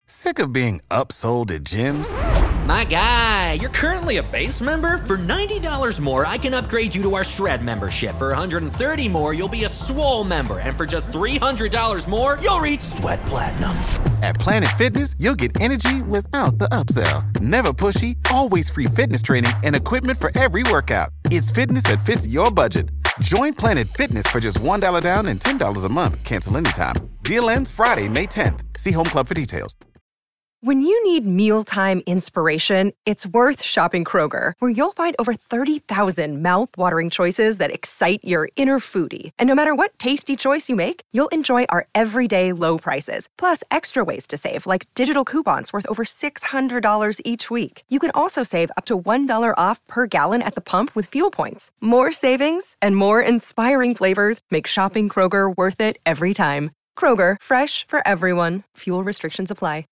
Sick of being upsold at gyms? My guy, you're currently a base member? For $90 more, I can upgrade you to our Shred membership. For $130 more, you'll be a Swole member. And for just $300 more, you'll reach Sweat Platinum. At Planet Fitness, you'll get energy without the upsell. Never pushy, always free fitness training and equipment for every workout. It's fitness that fits your budget. Join Planet Fitness for just $1 down and $10 a month. Cancel anytime. Deal ends Friday, May 10th. See Home Club for details. When you need mealtime inspiration, it's worth shopping Kroger, where you'll find over 30,000 mouth-watering choices that excite your inner foodie. And no matter what tasty choice you make, you'll enjoy our everyday low prices, plus extra ways to save, like digital coupons worth over $600 each week. You can also save up to $1 off per gallon at the pump with fuel points. More savings and more inspiring flavors make shopping Kroger worth it every time. Kroger, fresh for everyone. Fuel restrictions apply.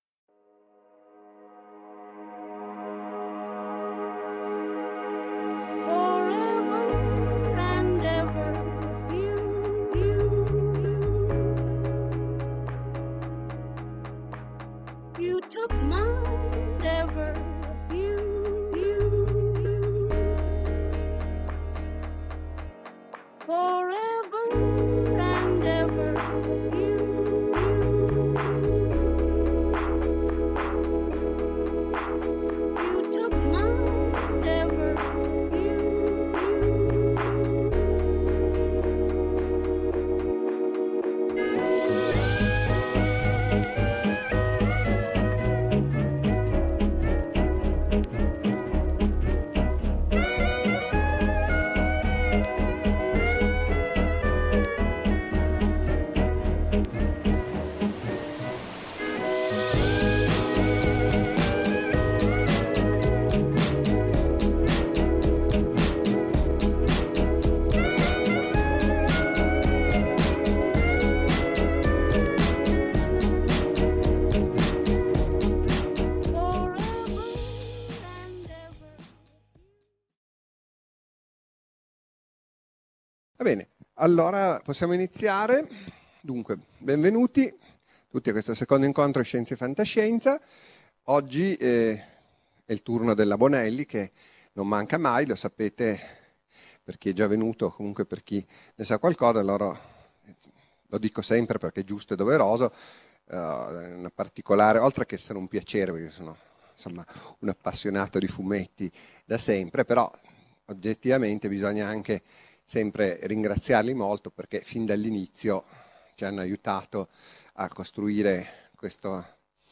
Va bene, allora possiamo iniziare. Dunque, benvenuti tutti a questo secondo incontro Scienza e Fantascienza. Oggi è il turno della Bonelli, che non manca mai, lo sapete per chi è già venuto, comunque per chi ne sa qualcosa, allora lo dico sempre perché è giusto e doveroso, una particolare, oltre che essere un piacere, perché sono insomma un appassionato di fumetti da sempre, però oggettivamente bisogna anche sempre ringraziarli molto, perché fin dall'inizio ci hanno aiutato a costruire questo,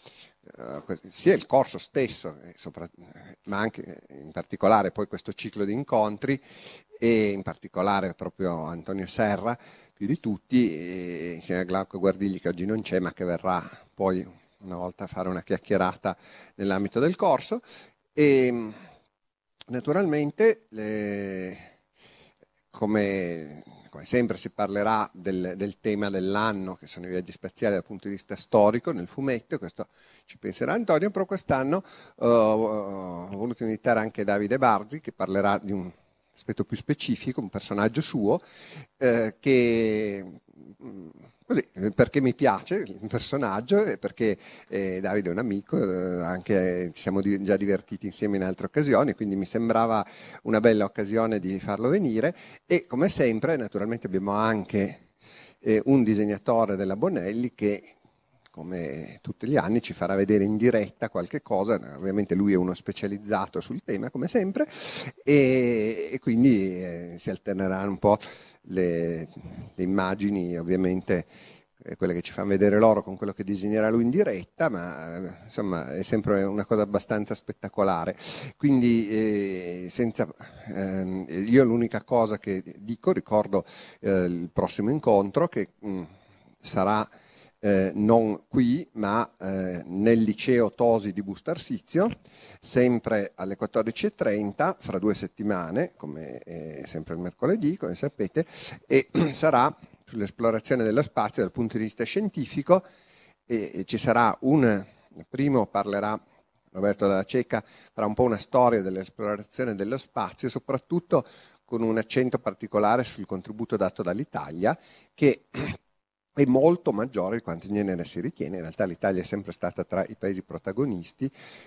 sia il corso stesso, ma anche in particolare poi questo ciclo di incontri, e in particolare proprio Antonio Serra, più di tutti, insieme a Glauco Guardigli, che oggi non c'è, ma che verrà poi una volta a fare una chiacchierata nell'ambito del corso. E naturalmente come sempre si parlerà del tema dell'anno, che sono i viaggi spaziali dal punto di vista storico nel fumetto, questo ci penserà Antonio, però quest'anno ho voluto invitare anche Davide Barzi, che parlerà di un aspetto più specifico, un personaggio suo, che così, perché mi piace il personaggio e perché Davide è un amico, anche ci siamo già divertiti insieme in altre occasioni, quindi mi sembrava una bella occasione di farlo venire. E come sempre naturalmente abbiamo anche un disegnatore della Bonelli che, come tutti gli anni, ci farà vedere in diretta qualche cosa. Ovviamente lui è uno specializzato sul tema, come sempre, e quindi si alterneranno un po' le immagini, ovviamente quelle che ci fanno vedere loro con quello che disegnerà lui in diretta, ma insomma è sempre una cosa abbastanza spettacolare. Quindi io l'unica cosa che ricordo il prossimo incontro, che sarà non qui, ma nel liceo Tosi di Busto Arsizio, sempre alle 14:30, fra 2 settimane, come sempre il mercoledì, come sapete, e sarà sull'esplorazione dello spazio dal punto di vista scientifico, e ci sarà primo parlerà Roberto Dalla Cieca, farà un po' una storia dell'esplorazione dello spazio, soprattutto con un accento particolare sul contributo dato dall'Italia, che è molto maggiore di quanto in genere si ritiene. In realtà l'Italia è sempre stata tra i paesi protagonisti,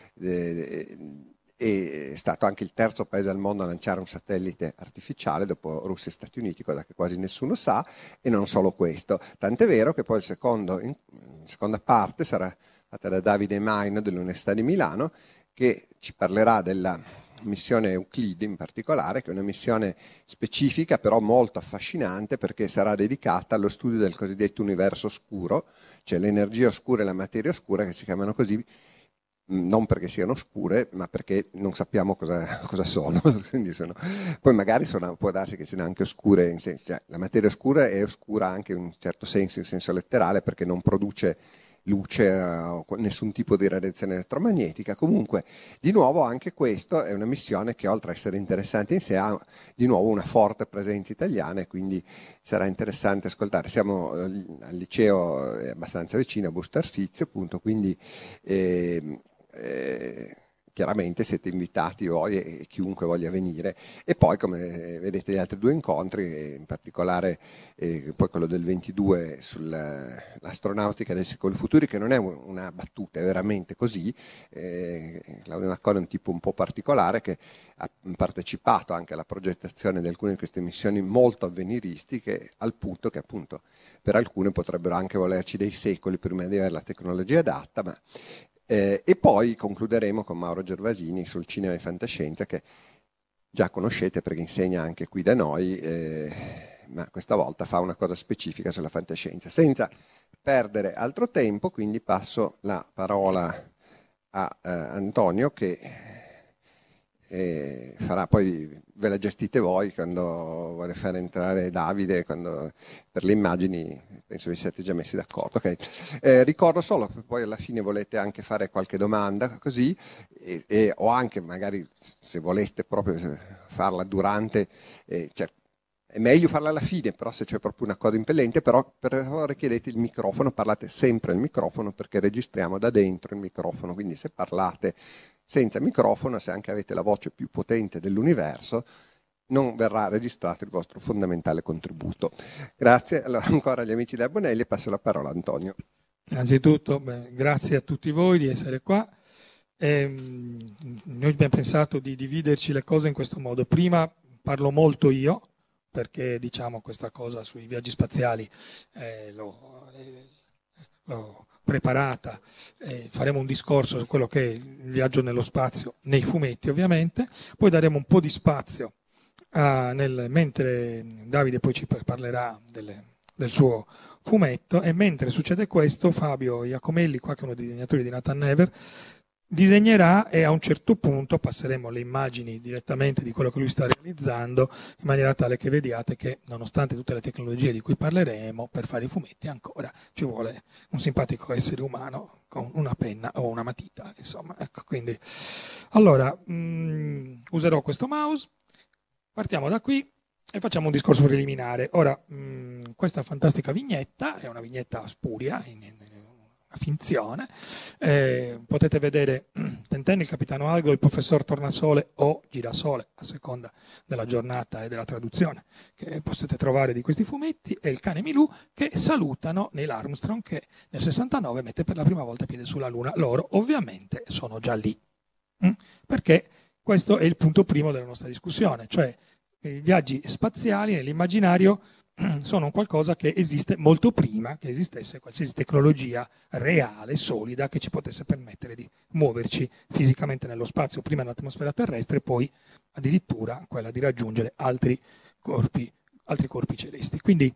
è stato anche il terzo paese al mondo a lanciare un satellite artificiale dopo Russia e Stati Uniti, cosa che quasi nessuno sa, e non solo questo. Tant'è vero che poi la seconda parte sarà fatta da Davide Maino dell'Università di Milano, che ci parlerà della missione Euclide in particolare, che è una missione specifica però molto affascinante, perché sarà dedicata allo studio del cosiddetto universo oscuro, cioè l'energia oscura e la materia oscura, che si chiamano così non perché siano oscure, ma perché non sappiamo cosa sono. Quindi poi magari può darsi che siano anche oscure, cioè, la materia oscura è oscura anche in un certo senso, in senso letterale, perché non produce luce o nessun tipo di radiazione elettromagnetica. Comunque, di nuovo, anche questo è una missione che, oltre a essere interessante in sé, ha di nuovo una forte presenza italiana, e quindi sarà interessante ascoltare. Siamo al liceo abbastanza vicino a Busto Arsizio, appunto, quindi chiaramente siete invitati voi e chiunque voglia venire. E poi, come vedete, gli altri due incontri, in particolare poi quello del 22 sull'astronautica dei secoli futuri, che non è una battuta, è veramente così. Claudio Maccone è un tipo un po' particolare, che ha partecipato anche alla progettazione di alcune di queste missioni molto avveniristiche, al punto che appunto per alcune potrebbero anche volerci dei secoli prima di avere la tecnologia adatta, ma e poi concluderemo con Mauro Gervasini sul cinema e fantascienza, che già conoscete perché insegna anche qui da noi, ma questa volta fa una cosa specifica sulla fantascienza. Senza perdere altro tempo, quindi passo la parola a Antonio, che farà, poi ve la gestite voi quando vuole fare entrare Davide, per le immagini penso vi siete già messi d'accordo. Okay. Ricordo solo che poi alla fine volete anche fare qualche domanda così, o anche magari se voleste proprio farla durante, cioè, è meglio farla alla fine, però se c'è proprio una cosa impellente, però per favore chiedete il microfono, parlate sempre al microfono, perché registriamo da dentro il microfono, quindi se parlate senza microfono, se anche avete la voce più potente dell'universo, non verrà registrato il vostro fondamentale contributo. Grazie. Allora, ancora agli amici del Bonelli, passo la parola a Antonio. Innanzitutto, grazie a tutti voi di essere qua. Noi abbiamo pensato di dividerci le cose in questo modo. Prima parlo molto io, perché diciamo questa cosa sui viaggi spaziali l'ho preparata, faremo un discorso su quello che è il viaggio nello spazio nei fumetti, ovviamente. Poi daremo un po' di spazio mentre Davide poi ci parlerà del suo fumetto, e mentre succede questo Fabio Iacomelli, qua che è uno dei disegnatori di Nathan Never, disegnerà, e a un certo punto passeremo alle immagini direttamente di quello che lui sta realizzando, in maniera tale che vediate che, nonostante tutte le tecnologie di cui parleremo, per fare i fumetti ancora ci vuole un simpatico essere umano con una penna o una matita, insomma. Ecco, quindi allora userò questo mouse, partiamo da qui e facciamo un discorso preliminare. Ora, questa fantastica vignetta è una vignetta spuria, una finzione. Potete vedere Tintin, il capitano Algo, il professor Tornasole o Girasole, a seconda della giornata e della traduzione che potete trovare di questi fumetti, e il cane Milù, che salutano Neil Armstrong, che nel 69 mette per la prima volta piede sulla Luna. Loro ovviamente sono già lì, perché questo è il punto primo della nostra discussione, cioè i viaggi spaziali nell'immaginario sono qualcosa che esiste molto prima che esistesse qualsiasi tecnologia reale, solida, che ci potesse permettere di muoverci fisicamente nello spazio, prima nell'atmosfera terrestre, poi addirittura quella di raggiungere altri corpi celesti. Quindi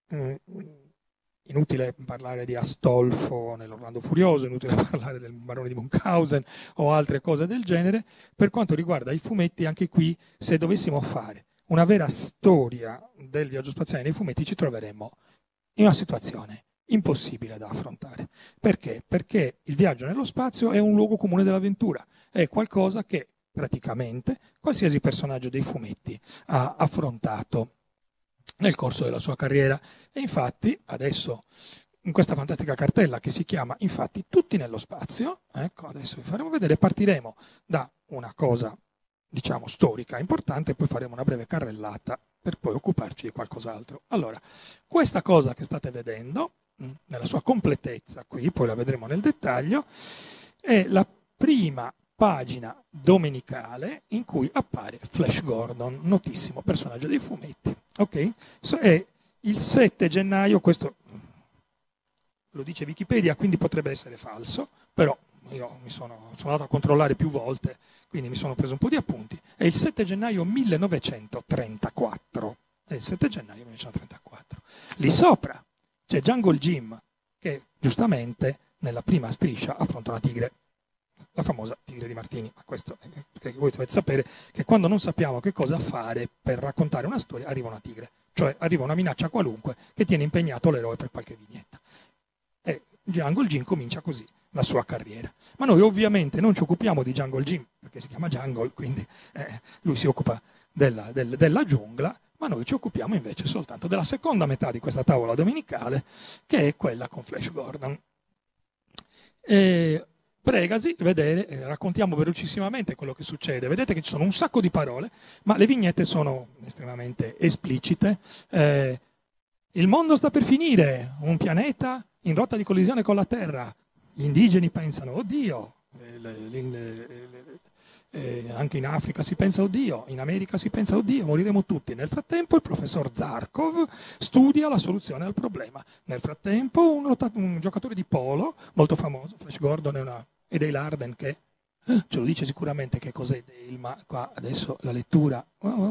inutile parlare di Astolfo nell'Orlando Furioso, inutile parlare del barone di Munchausen o altre cose del genere. Per quanto riguarda i fumetti, anche qui, se dovessimo fare una vera storia del viaggio spaziale nei fumetti, ci troveremmo in una situazione impossibile da affrontare. Perché? Perché il viaggio nello spazio è un luogo comune dell'avventura, è qualcosa che praticamente qualsiasi personaggio dei fumetti ha affrontato nel corso della sua carriera. E infatti adesso, in questa fantastica cartella che si chiama infatti Tutti nello spazio, ecco, adesso vi faremo vedere, partiremo da una cosa diciamo storica importante, poi faremo una breve carrellata per poi occuparci di qualcos'altro. Allora, questa cosa che state vedendo nella sua completezza qui, poi la vedremo nel dettaglio, è la prima pagina domenicale in cui appare Flash Gordon, notissimo personaggio dei fumetti. Ok? È il 7 gennaio, questo lo dice Wikipedia, quindi potrebbe essere falso, però io sono andato a controllare più volte, quindi mi sono preso un po' di appunti. È il 7 gennaio 1934. È il 7 gennaio 1934. Lì sopra c'è Jungle Jim, che giustamente nella prima striscia affronta una tigre, la famosa tigre di Martini. Ma questo, perché voi dovete sapere che quando non sappiamo che cosa fare per raccontare una storia, arriva una tigre, cioè arriva una minaccia qualunque che tiene impegnato l'eroe per qualche vignetta. E Jungle Jim comincia così la sua carriera. Ma noi ovviamente non ci occupiamo di Jungle Jim, perché si chiama Jungle, quindi lui si occupa della giungla, ma noi ci occupiamo invece soltanto della seconda metà di questa tavola domenicale, che è quella con Flash Gordon. Pregasi vedere, raccontiamo velocissimamente quello che succede. Vedete che ci sono un sacco di parole, ma le vignette sono estremamente esplicite. Il mondo sta per finire, un pianeta in rotta di collisione con la Terra. Gli indigeni pensano, oddio, anche in Africa si pensa, oddio, in America si pensa, oddio, moriremo tutti. Nel frattempo il professor Zarkov studia la soluzione al problema. Nel frattempo un giocatore di polo molto famoso, Flash Gordon e Dale Arden, che ce lo dice sicuramente che cos'è Dale, ma qua adesso la lettura...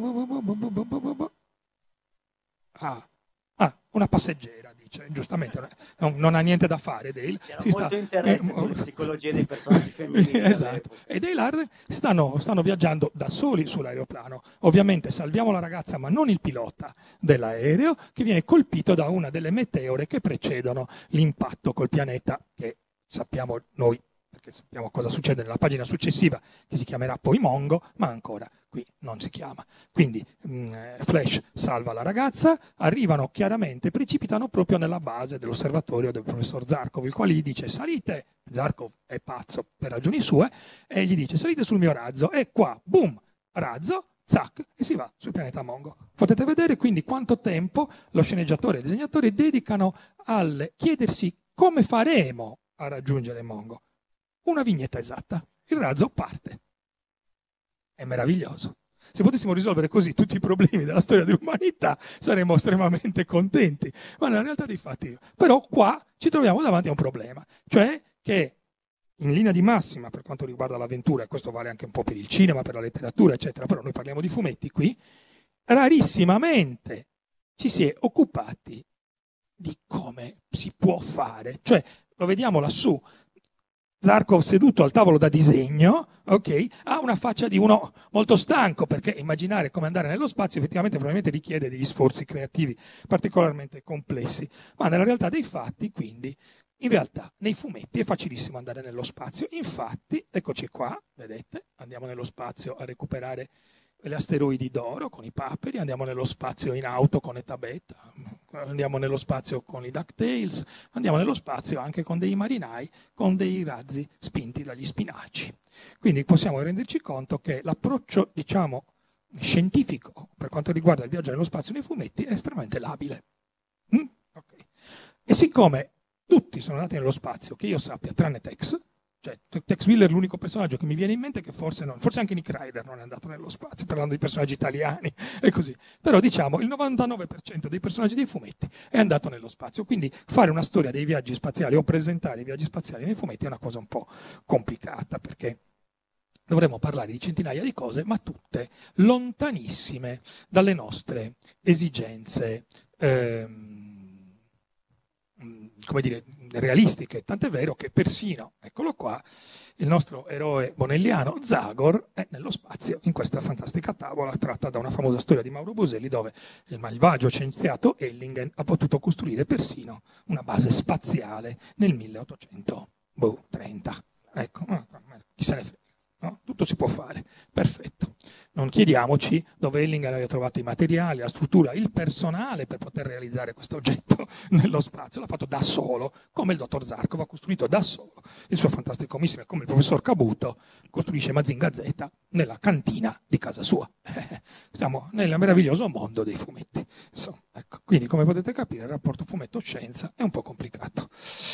una passeggera, dice, giustamente, non ha niente da fare Dale. C'era molto interesse sulla psicologia dei personaggi femminili. Esatto. E Dale Arden stanno viaggiando da soli sull'aeroplano. Ovviamente salviamo la ragazza, ma non il pilota dell'aereo, che viene colpito da una delle meteore che precedono l'impatto col pianeta, che sappiamo noi, perché sappiamo cosa succede nella pagina successiva, che si chiamerà poi Mongo, ma ancora qui non si chiama. Quindi Flash salva la ragazza, arrivano chiaramente, precipitano proprio nella base dell'osservatorio del professor Zarkov, il quale gli dice salite, Zarkov è pazzo per ragioni sue, e gli dice salite sul mio razzo, e qua, boom, razzo, zac, e si va sul pianeta Mongo. Potete vedere quindi quanto tempo lo sceneggiatore e il disegnatore dedicano al chiedersi come faremo a raggiungere Mongo. Una vignetta esatta, il razzo parte. È meraviglioso. Se potessimo risolvere così tutti i problemi della storia dell'umanità saremmo estremamente contenti, ma nella realtà dei fatti. Però qua ci troviamo davanti a un problema, cioè che in linea di massima per quanto riguarda l'avventura, e questo vale anche un po' per il cinema, per la letteratura, eccetera, però noi parliamo di fumetti qui, rarissimamente ci si è occupati di come si può fare. Cioè, lo vediamo lassù, Zarkov seduto al tavolo da disegno, ok, ha una faccia di uno molto stanco, perché immaginare come andare nello spazio effettivamente probabilmente richiede degli sforzi creativi particolarmente complessi, ma nella realtà dei fatti, quindi, in realtà nei fumetti è facilissimo andare nello spazio. Infatti, eccoci qua, vedete, andiamo nello spazio a recuperare gli asteroidi d'oro con i paperi, andiamo nello spazio in auto con Eta Beta, andiamo nello spazio con i DuckTales, andiamo nello spazio anche con dei marinai, con dei razzi spinti dagli spinaci. Quindi possiamo renderci conto che l'approccio, diciamo, scientifico per quanto riguarda il viaggio nello spazio nei fumetti è estremamente labile. Okay. E siccome tutti sono andati nello spazio, che io sappia, tranne Tex, cioè Tex Willer è l'unico personaggio che mi viene in mente che forse anche Nick Ryder non è andato nello spazio, parlando di personaggi italiani e così. Però diciamo il 99% dei personaggi dei fumetti è andato nello spazio, quindi fare una storia dei viaggi spaziali o presentare i viaggi spaziali nei fumetti è una cosa un po' complicata, perché dovremmo parlare di centinaia di cose, ma tutte lontanissime dalle nostre esigenze come dire, realistiche, tant'è vero che persino, eccolo qua, il nostro eroe bonelliano Zagor è nello spazio in questa fantastica tavola tratta da una famosa storia di Mauro Boselli, dove il malvagio scienziato Ellingen ha potuto costruire persino una base spaziale nel 1830. Ecco, chi se ne frega, no? Tutto si può fare, perfetto. non chiediamoci dove Ellinger abbia trovato i materiali, la struttura, il personale per poter realizzare questo oggetto nello spazio. L'ha fatto da solo, come il dottor Zarkov ha costruito da solo il suo fantastico missile, come il professor Cabuto costruisce Mazinga Z nella cantina di casa sua. Siamo nel meraviglioso mondo dei fumetti. Insomma, ecco. Quindi, come potete capire, il rapporto fumetto-scienza è un po' complicato.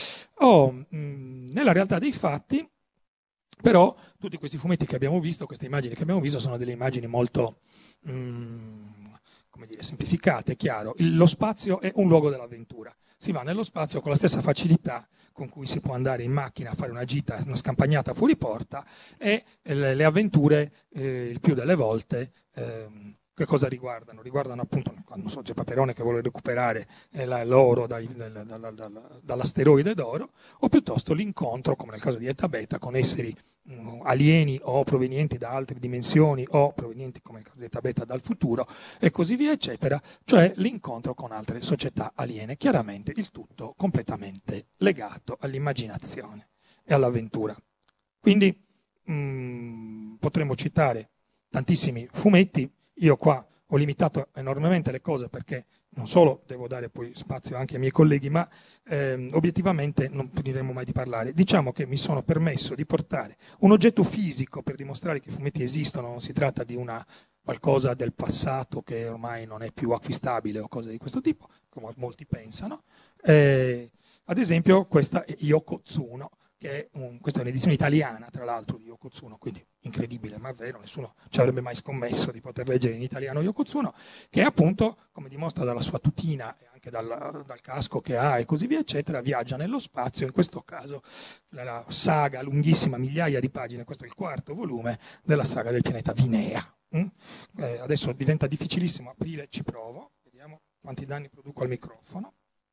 Nella realtà dei fatti, però, tutti questi fumetti che abbiamo visto, queste immagini che abbiamo visto, sono delle immagini molto, come dire, semplificate, è chiaro. Lo spazio è un luogo dell'avventura. Si va nello spazio con la stessa facilità con cui si può andare in macchina a fare una gita, una scampagnata fuori porta, e le avventure, il più delle volte, che cosa riguardano? Riguardano appunto, non so, c'è Paperone che vuole recuperare l'oro dall'asteroide d'oro, o piuttosto l'incontro, come nel caso di Eta Beta, con esseri alieni o provenienti da altre dimensioni o provenienti, come nel caso di Eta Beta, dal futuro e così via, eccetera, cioè l'incontro con altre società aliene, chiaramente il tutto completamente legato all'immaginazione e all'avventura. Quindi potremmo citare tantissimi fumetti. Io qua ho limitato enormemente le cose perché non solo devo dare poi spazio anche ai miei colleghi, ma obiettivamente non finiremo mai di parlare. Diciamo che mi sono permesso di portare un oggetto fisico per dimostrare che i fumetti esistono, non si tratta di qualcosa del passato che ormai non è più acquistabile o cose di questo tipo, come molti pensano. Ad esempio questa è Yoko Tsuno, questa è un'edizione italiana, tra l'altro, di Yoko Tsuno, quindi incredibile, ma è vero, nessuno ci avrebbe mai scommesso di poter leggere in italiano Yoko Tsuno, che appunto, come dimostra dalla sua tutina e anche dal casco che ha e così via, eccetera, viaggia nello spazio. In questo caso la saga lunghissima, migliaia di pagine, questo è il 4º volume della saga del pianeta Vinea. Adesso diventa difficilissimo aprire, ci provo, vediamo quanti danni produco al microfono.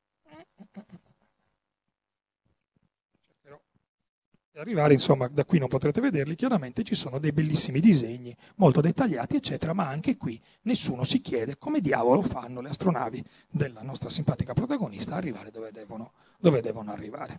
Arrivare, insomma, da qui non potrete vederli, chiaramente ci sono dei bellissimi disegni, molto dettagliati, eccetera, ma anche qui nessuno si chiede come diavolo fanno le astronavi della nostra simpatica protagonista a arrivare dove devono arrivare.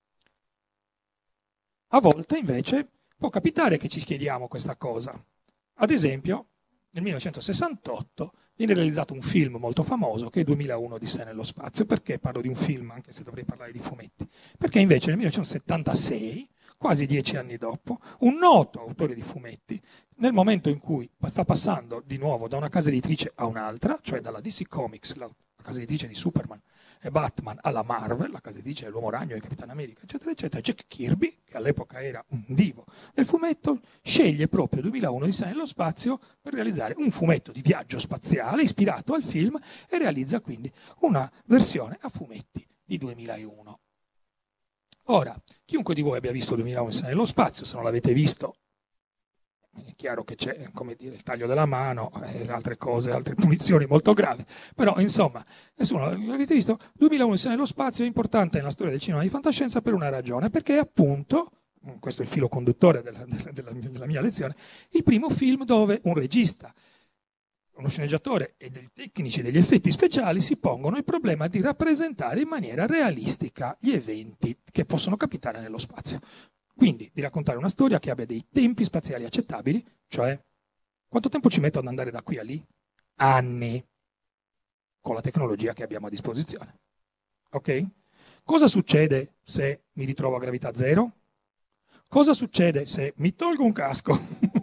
A volte, invece, può capitare che ci chiediamo questa cosa. Ad esempio, nel 1968 viene realizzato un film molto famoso che è 2001 Odissea nello spazio. Perché parlo di un film, anche se dovrei parlare di fumetti? Perché invece nel 1976, quasi 10 anni dopo, un noto autore di fumetti, nel momento in cui sta passando di nuovo da una casa editrice a un'altra, cioè dalla DC Comics, la casa editrice di Superman e Batman, alla Marvel, la casa editrice dell'Uomo Ragno e Capitano America, eccetera, eccetera, Jack Kirby, che all'epoca era un divo del fumetto, sceglie proprio 2001 Odissea nello spazio per realizzare un fumetto di viaggio spaziale ispirato al film e realizza quindi una versione a fumetti di 2001. Ora, chiunque di voi abbia visto 2001 Odissea nello spazio, se non l'avete visto, è chiaro che c'è, come dire, il taglio della mano e altre cose, altre punizioni molto gravi, però insomma, nessuno l'avete visto. 2001 Odissea nello spazio è importante nella storia del cinema di fantascienza per una ragione, perché appunto, questo è il filo conduttore della mia lezione, il primo film dove un regista, uno sceneggiatore e dei tecnici degli effetti speciali si pongono il problema di rappresentare in maniera realistica gli eventi che possono capitare nello spazio. Quindi di raccontare una storia che abbia dei tempi spaziali accettabili, cioè quanto tempo ci metto ad andare da qui a lì? Anni, con la tecnologia che abbiamo a disposizione. Ok? Cosa succede se mi ritrovo a gravità zero? Cosa succede se mi tolgo un casco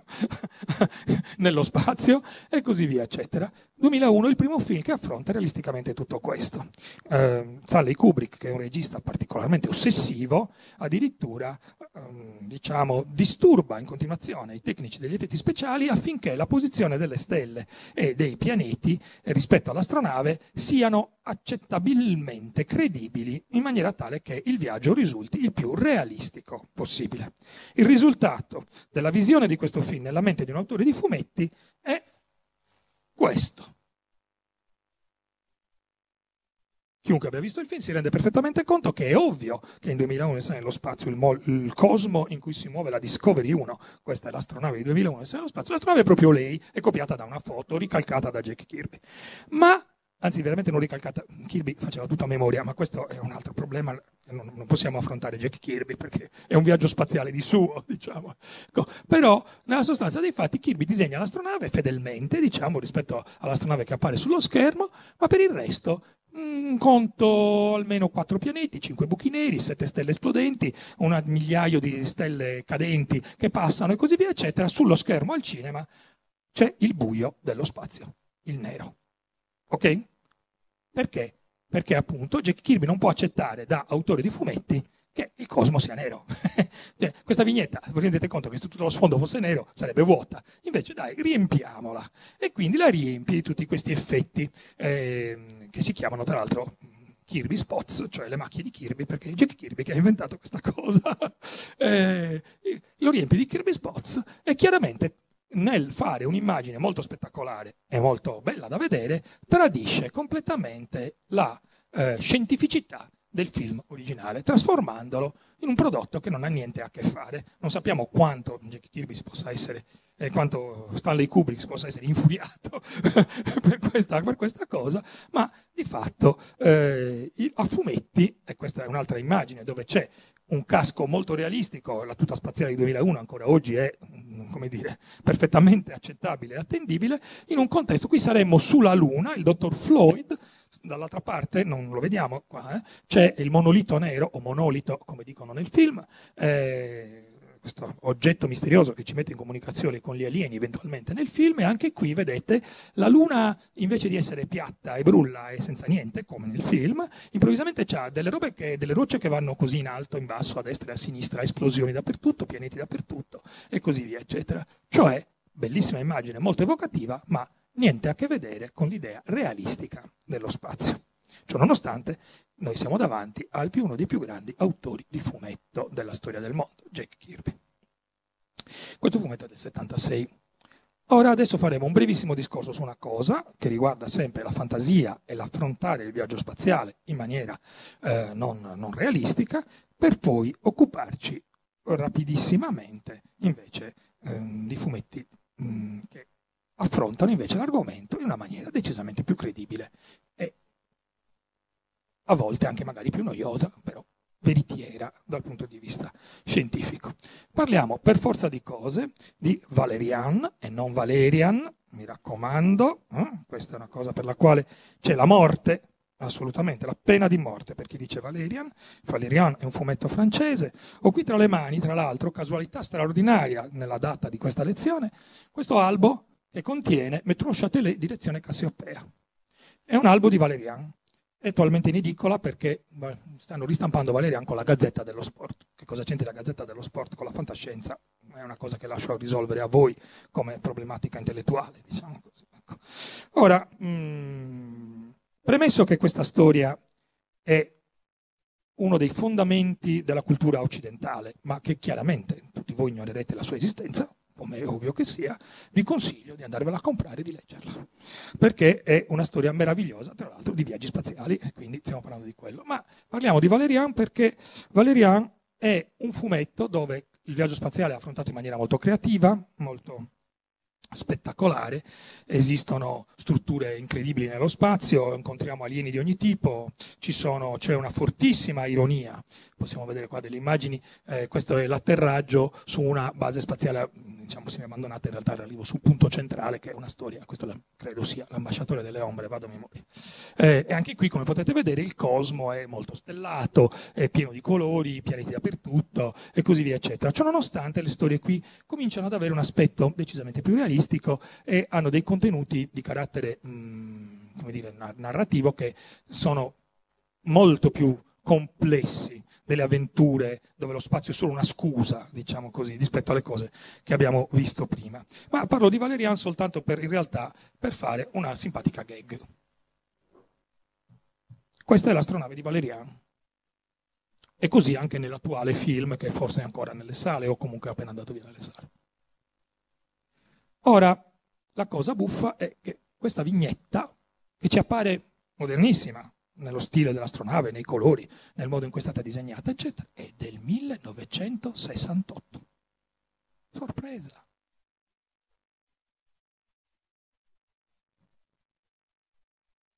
nello spazio e così via, eccetera. 2001 è il primo film che affronta realisticamente tutto questo. Stanley Kubrick, che è un regista particolarmente ossessivo, addirittura disturba in continuazione i tecnici degli effetti speciali affinché la posizione delle stelle e dei pianeti rispetto all'astronave siano accettabilmente credibili, in maniera tale che il viaggio risulti il più realistico possibile. Il risultato della visione di questo film nella mente di un autore di fumetti è questo. Chiunque abbia visto il film si rende perfettamente conto che è ovvio che in 2001 Odissea nello spazio, il cosmo in cui si muove la Discovery 1, questa è l'astronave di 2001 Odissea nello spazio, l'astronave è proprio lei, è copiata da una foto ricalcata da Jack Kirby. Ma anzi veramente non ricalcata. Kirby faceva tutto a memoria, ma questo è un altro problema, non possiamo affrontare Jack Kirby perché è un viaggio spaziale di suo, diciamo. Però nella sostanza dei fatti Kirby disegna l'astronave fedelmente, diciamo, rispetto all'astronave che appare sullo schermo, ma per il resto conto almeno 4 pianeti, 5 buchi neri, 7 stelle esplodenti, un migliaio di stelle cadenti che passano e così via, eccetera. Sullo schermo al cinema c'è il buio dello spazio, il nero. Ok? Perché? Perché appunto Jack Kirby non può accettare da autore di fumetti che il cosmo sia nero. Cioè, questa vignetta, vi rendete conto che se tutto lo sfondo fosse nero sarebbe vuota, invece dai, riempiamola. E quindi la riempi di tutti questi effetti che si chiamano tra l'altro Kirby Spots, cioè le macchie di Kirby, perché è Jack Kirby che ha inventato questa cosa. Lo riempi di Kirby Spots e chiaramente nel fare un'immagine molto spettacolare e molto bella da vedere, tradisce completamente la scientificità del film originale, trasformandolo in un prodotto che non ha niente a che fare. Non sappiamo quanto Jack Kirby si possa essere, quanto Stanley Kubrick si possa essere infuriato per questa cosa, ma di fatto a fumetti, e questa è un'altra immagine dove c'è un casco molto realistico, la tuta spaziale di 2001 ancora oggi è, come dire, perfettamente accettabile e attendibile, in un contesto, qui saremmo sulla Luna, il dottor Floyd, dall'altra parte, non lo vediamo qua, c'è il monolito nero, o monolito come dicono nel film, questo oggetto misterioso che ci mette in comunicazione con gli alieni eventualmente nel film, e anche qui vedete la Luna invece di essere piatta e brulla e senza niente come nel film, improvvisamente c'ha delle rocce che vanno così in alto, in basso, a destra e a sinistra, esplosioni dappertutto, pianeti dappertutto e così via eccetera. Cioè, bellissima immagine, molto evocativa, ma niente a che vedere con l'idea realistica dello spazio. Ciononostante, noi siamo davanti uno dei più grandi autori di fumetto della storia del mondo, Jack Kirby. Questo fumetto è del 76. Ora adesso faremo un brevissimo discorso su una cosa che riguarda sempre la fantasia e l'affrontare il viaggio spaziale in maniera non realistica, per poi occuparci rapidissimamente invece di fumetti che affrontano invece l'argomento in una maniera decisamente più credibile e a volte anche magari più noiosa, però veritiera dal punto di vista scientifico. Parliamo per forza di cose di Valerian e non Valerian, mi raccomando, questa è una cosa per la quale c'è la morte, assolutamente, la pena di morte per chi dice Valerian. Valerian è un fumetto francese. Ho qui tra le mani, tra l'altro, casualità straordinaria nella data di questa lezione, questo albo che contiene Métro Châtelet direzione Cassiopea. È un albo di Valerian. È attualmente in edicola perché stanno ristampando Valerian con la Gazzetta dello Sport. Che cosa c'entra la Gazzetta dello Sport con la fantascienza? È una cosa che lascio risolvere a voi come problematica intellettuale, diciamo così. Ecco. Ora, premesso che questa storia è uno dei fondamenti della cultura occidentale, ma che chiaramente tutti voi ignorerete la sua esistenza, come è ovvio che sia, vi consiglio di andarvela a comprare e di leggerla, perché è una storia meravigliosa, tra l'altro, di viaggi spaziali, e quindi stiamo parlando di quello. Ma parliamo di Valerian perché Valerian è un fumetto dove il viaggio spaziale è affrontato in maniera molto creativa, molto spettacolare, esistono strutture incredibili nello spazio, incontriamo alieni di ogni tipo, c'è una fortissima ironia, possiamo vedere qua delle immagini, questo è l'atterraggio su una base spaziale, diciamo semi-abbandonata, in realtà arrivo sul punto centrale che è una storia, questo credo sia l'ambasciatore delle ombre, vado a memoria. E anche qui, come potete vedere, il cosmo è molto stellato, è pieno di colori, pianeti dappertutto e così via eccetera. Ciononostante le storie qui cominciano ad avere un aspetto decisamente più realistico e hanno dei contenuti di carattere come dire, narrativo che sono molto più complessi delle avventure dove lo spazio è solo una scusa, diciamo così, rispetto alle cose che abbiamo visto prima. Ma parlo di Valerian soltanto in realtà per fare una simpatica gag. Questa è l'astronave di Valerian. E così anche nell'attuale film, che forse è ancora nelle sale o comunque è appena andato via dalle sale. Ora, la cosa buffa è che questa vignetta, che ci appare modernissima, nello stile dell'astronave, nei colori, nel modo in cui è stata disegnata, eccetera, è del 1968. Sorpresa!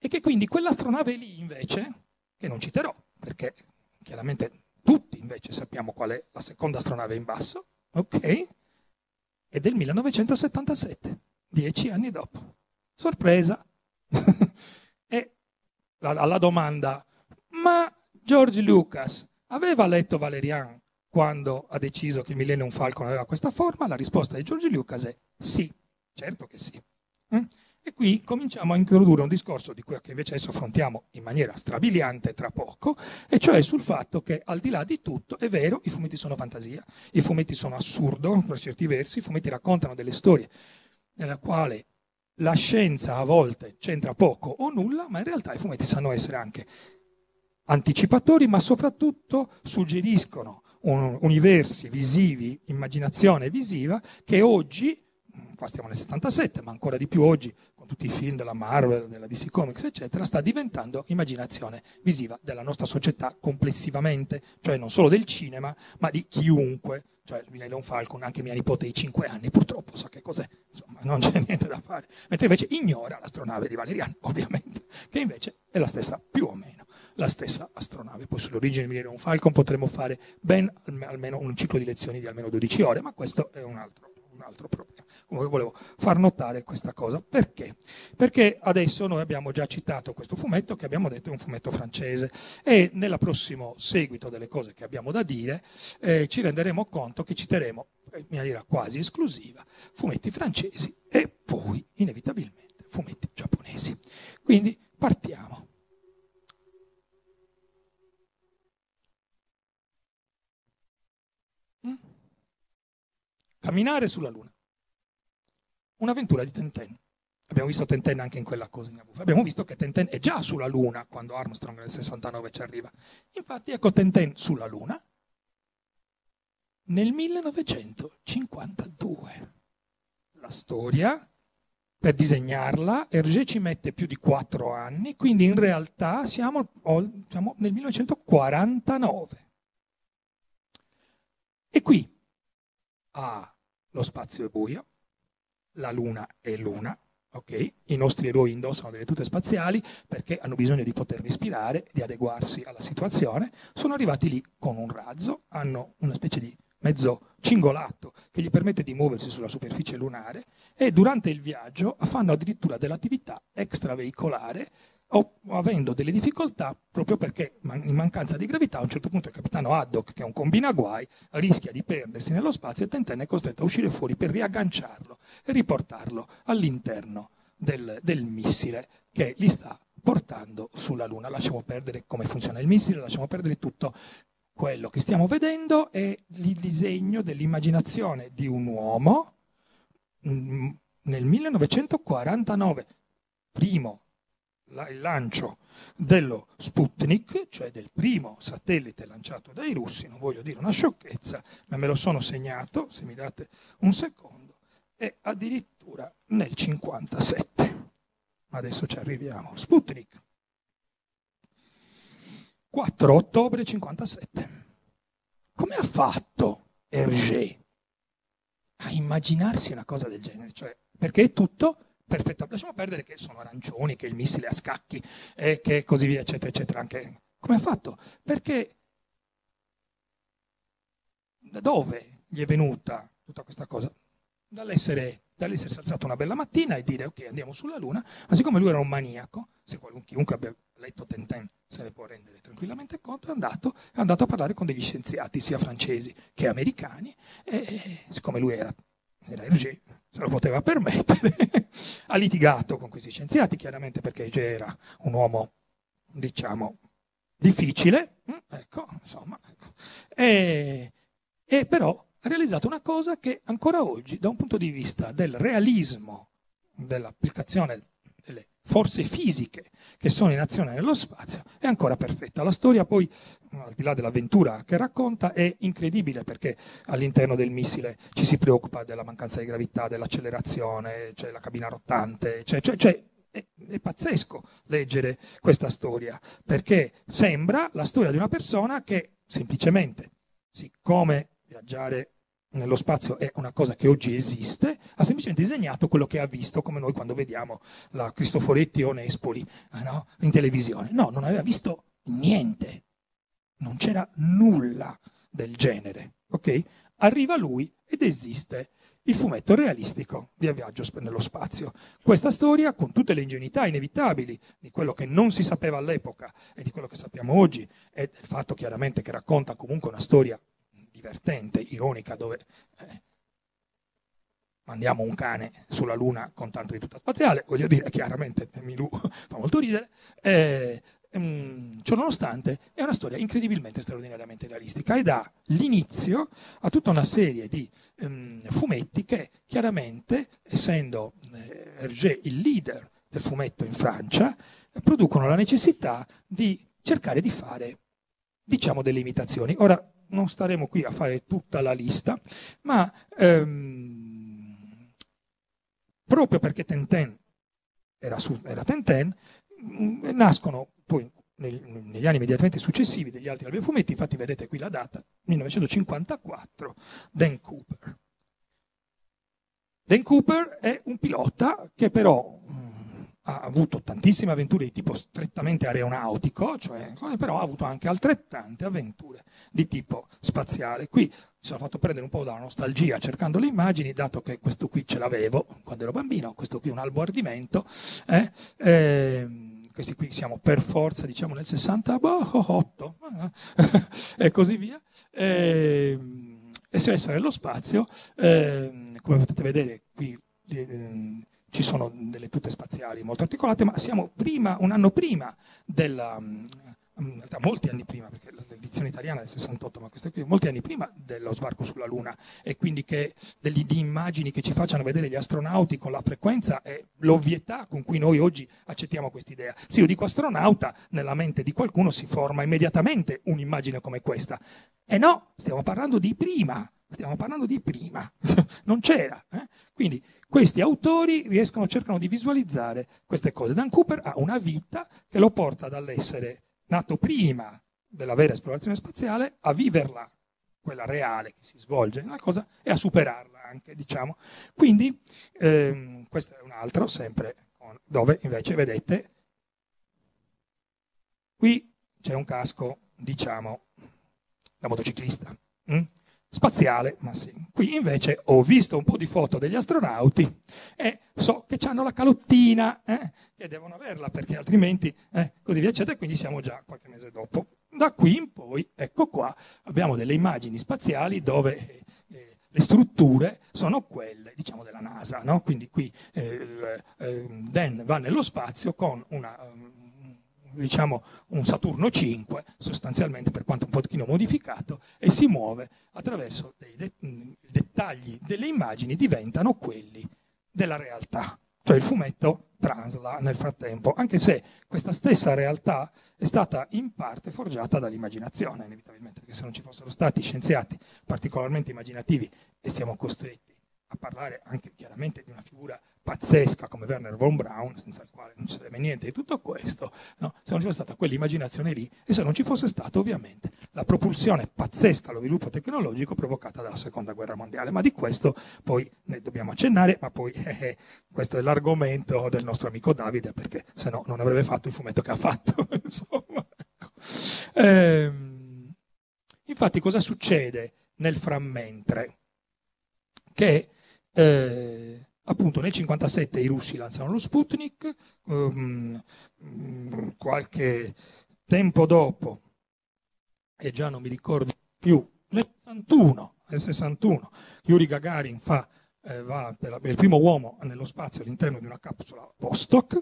e che quindi quell'astronave lì invece, che non citerò, perché chiaramente tutti invece sappiamo qual è la seconda astronave in basso, ok? È del 1977, 10 anni dopo. Sorpresa! E alla domanda, ma George Lucas aveva letto Valerian quando ha deciso che il Millennium Falcon aveva questa forma? La risposta di George Lucas è sì, certo che sì. E qui cominciamo a introdurre un discorso di cui invece adesso affrontiamo in maniera strabiliante tra poco, e cioè sul fatto che al di là di tutto, è vero, i fumetti sono fantasia, i fumetti sono assurdo per certi versi, i fumetti raccontano delle storie nella quale la scienza a volte c'entra poco o nulla, ma in realtà i fumetti sanno essere anche anticipatori, ma soprattutto suggeriscono universi visivi, immaginazione visiva, che oggi, qua stiamo nel 77, ma ancora di più oggi, con tutti i film della Marvel, della DC Comics, eccetera, sta diventando immaginazione visiva della nostra società complessivamente, cioè non solo del cinema, ma di chiunque. Cioè il Millennium Falcon, anche mia nipote di 5 anni, purtroppo sa che cos'è, insomma, non c'è niente da fare. Mentre invece ignora l'astronave di Valerian, ovviamente, che invece è la stessa, più o meno, la stessa astronave. Poi sull'origine del Millennium Falcon potremmo fare almeno un ciclo di lezioni di almeno 12 ore, ma questo è un altro problema. Comunque volevo far notare questa cosa. Perché? Perché adesso noi abbiamo già citato questo fumetto, che abbiamo detto è un fumetto francese, e nel prossimo seguito delle cose che abbiamo da dire ci renderemo conto che citeremo in maniera quasi esclusiva fumetti francesi e poi inevitabilmente fumetti giapponesi. Quindi partiamo. Camminare sulla Luna. Un'avventura di Tintin. Abbiamo visto Tintin anche in quella cosa. Abbiamo visto che Tintin è già sulla Luna quando Armstrong nel 69 ci arriva. Infatti ecco Tintin sulla Luna nel 1952. La storia, per disegnarla, Hergé ci mette più di 4 anni, quindi in realtà siamo nel 1949. E qui lo spazio è buio, la Luna è luna, ok? I nostri eroi indossano delle tute spaziali perché hanno bisogno di poter respirare, di adeguarsi alla situazione. Sono arrivati lì con un razzo, hanno una specie di mezzo cingolato che gli permette di muoversi sulla superficie lunare, e durante il viaggio fanno addirittura dell'attività extraveicolare, avendo delle difficoltà proprio perché in mancanza di gravità a un certo punto il capitano Haddock, che è un combinaguai, rischia di perdersi nello spazio e Tintin è costretto a uscire fuori per riagganciarlo e riportarlo all'interno del missile che li sta portando sulla Luna. Lasciamo perdere come funziona il missile, lasciamo perdere tutto. Quello che stiamo vedendo è il disegno dell'immaginazione di un uomo nel 1949, primo il lancio dello Sputnik, cioè del primo satellite lanciato dai russi. Non voglio dire una sciocchezza, ma me lo sono segnato, se mi date un secondo, e addirittura nel 57. Adesso ci arriviamo. Sputnik. 4 ottobre 57. Come ha fatto Hergé a immaginarsi una cosa del genere? Cioè, perché è tutto perfetto. Lasciamo perdere che sono arancioni, che il missile è a scacchi e che così via, eccetera, eccetera. Anche come ha fatto? Perché da dove gli è venuta tutta questa cosa? Dall'essersi alzato una bella mattina e dire ok, andiamo sulla Luna, ma siccome lui era un maniaco, se chiunque abbia letto Tintin se ne può rendere tranquillamente conto, è andato a parlare con degli scienziati sia francesi che americani, e siccome lui era Hergé, se lo poteva permettere, ha litigato con questi scienziati, chiaramente perché Hergé era un uomo, diciamo, difficile, ecco, insomma, e però ha realizzato una cosa che ancora oggi, da un punto di vista del realismo, dell'applicazione delle forze fisiche che sono in azione nello spazio, è ancora perfetta. La storia poi, al di là dell'avventura che racconta, è incredibile perché all'interno del missile ci si preoccupa della mancanza di gravità, dell'accelerazione, c'è la cabina rottante, è pazzesco leggere questa storia, perché sembra la storia di una persona che semplicemente, siccome viaggiare nello spazio è una cosa che oggi esiste, ha semplicemente disegnato quello che ha visto, come noi quando vediamo la Cristoforetti o Nespoli, no? In televisione. No, non aveva visto niente, non c'era nulla del genere. Okay? Arriva lui ed esiste il fumetto realistico di A Viaggio nello spazio. Questa storia, con tutte le ingenuità inevitabili di quello che non si sapeva all'epoca e di quello che sappiamo oggi, e del fatto chiaramente che racconta comunque una storia divertente, ironica, dove mandiamo un cane sulla Luna con tanto di tuta spaziale, voglio dire, chiaramente Milù fa molto ridere, ciononostante è una storia incredibilmente straordinariamente realistica e dà l'inizio a tutta una serie di fumetti che chiaramente, essendo Hergé il leader del fumetto in Francia, producono la necessità di cercare di fare, diciamo, delle imitazioni. Ora non staremo qui a fare tutta la lista, ma proprio perché Tintin era Tintin, nascono poi negli anni immediatamente successivi degli altri alberi fumetti, infatti vedete qui la data, 1954, Dan Cooper. Dan Cooper è un pilota che però ha avuto tantissime avventure di tipo strettamente aeronautico, cioè, però ha avuto anche altrettante avventure di tipo spaziale. Qui mi sono fatto prendere un po' dalla nostalgia cercando le immagini, dato che questo qui ce l'avevo quando ero bambino, questo qui è un albo ardimento, questi qui siamo per forza, diciamo, nel 68 e così via. E se essere nello spazio, come potete vedere qui ci sono delle tute spaziali molto articolate, ma siamo un anno prima in realtà molti anni prima, perché l'edizione italiana è del 68, ma questa qui molti anni prima dello sbarco sulla Luna, e quindi che di immagini che ci facciano vedere gli astronauti con la frequenza e l'ovvietà con cui noi oggi accettiamo quest'idea. Se io dico astronauta, nella mente di qualcuno si forma immediatamente un'immagine come questa. E no, stiamo parlando di prima, non c'era. Quindi questi autori cercano di visualizzare queste cose. Dan Cooper ha una vita che lo porta dall'essere nato prima della vera esplorazione spaziale a viverla, quella reale che si svolge nella cosa, e a superarla anche, diciamo. Quindi questo è un altro, sempre dove invece vedete qui c'è un casco, diciamo, da motociclista. Spaziale, ma sì. Qui invece ho visto un po' di foto degli astronauti e so che hanno la calottina, che devono averla perché altrimenti così via, eccetera, e quindi siamo già qualche mese dopo. Da qui in poi, ecco qua, abbiamo delle immagini spaziali dove le strutture sono quelle, diciamo, della NASA, no? Quindi qui Dan va nello spazio con un Saturno 5, sostanzialmente, per quanto un pochino modificato, e si muove attraverso dei dettagli delle immagini, diventano quelli della realtà. Cioè il fumetto trasla nel frattempo, anche se questa stessa realtà è stata in parte forgiata dall'immaginazione, inevitabilmente, perché se non ci fossero stati scienziati particolarmente immaginativi, e siamo costretti a parlare anche chiaramente di una figura pazzesca come Werner von Braun, senza il quale non ci sarebbe niente di tutto questo, no? Se non ci fosse stata quell'immaginazione lì, e se non ci fosse stata ovviamente la propulsione pazzesca allo sviluppo tecnologico provocata dalla seconda guerra mondiale. Ma di questo poi ne dobbiamo accennare, ma poi questo è l'argomento del nostro amico Davide, perché se no non avrebbe fatto il fumetto che ha fatto. Insomma, ecco. Infatti cosa succede nel frammentre? Che appunto nel 1957 i russi lanciano lo Sputnik, qualche tempo dopo, e già non mi ricordo più, nel 61 Yuri Gagarin va per il primo uomo nello spazio all'interno di una capsula Vostok,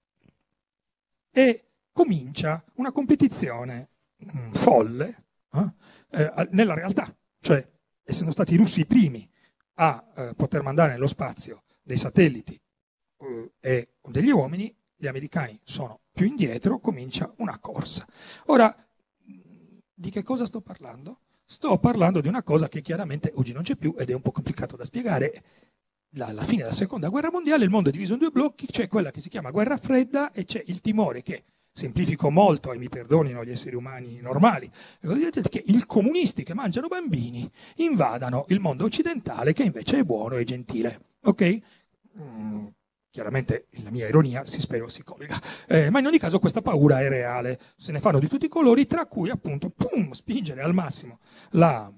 e comincia una competizione folle nella realtà, cioè essendo stati i russi i primi a poter mandare nello spazio dei satelliti e degli uomini, gli americani sono più indietro, comincia una corsa. Ora, di che cosa sto parlando? Sto parlando di una cosa che chiaramente oggi non c'è più ed è un po' complicato da spiegare. Alla fine della seconda guerra mondiale il mondo è diviso in due blocchi, c'è quella che si chiama guerra fredda e c'è il timore che semplifico molto e mi perdonino gli esseri umani normali, che i comunisti che mangiano bambini invadano il mondo occidentale che invece è buono e gentile. Ok? Chiaramente la mia ironia spero si colga, ma in ogni caso questa paura è reale, se ne fanno di tutti i colori, tra cui appunto spingere al massimo la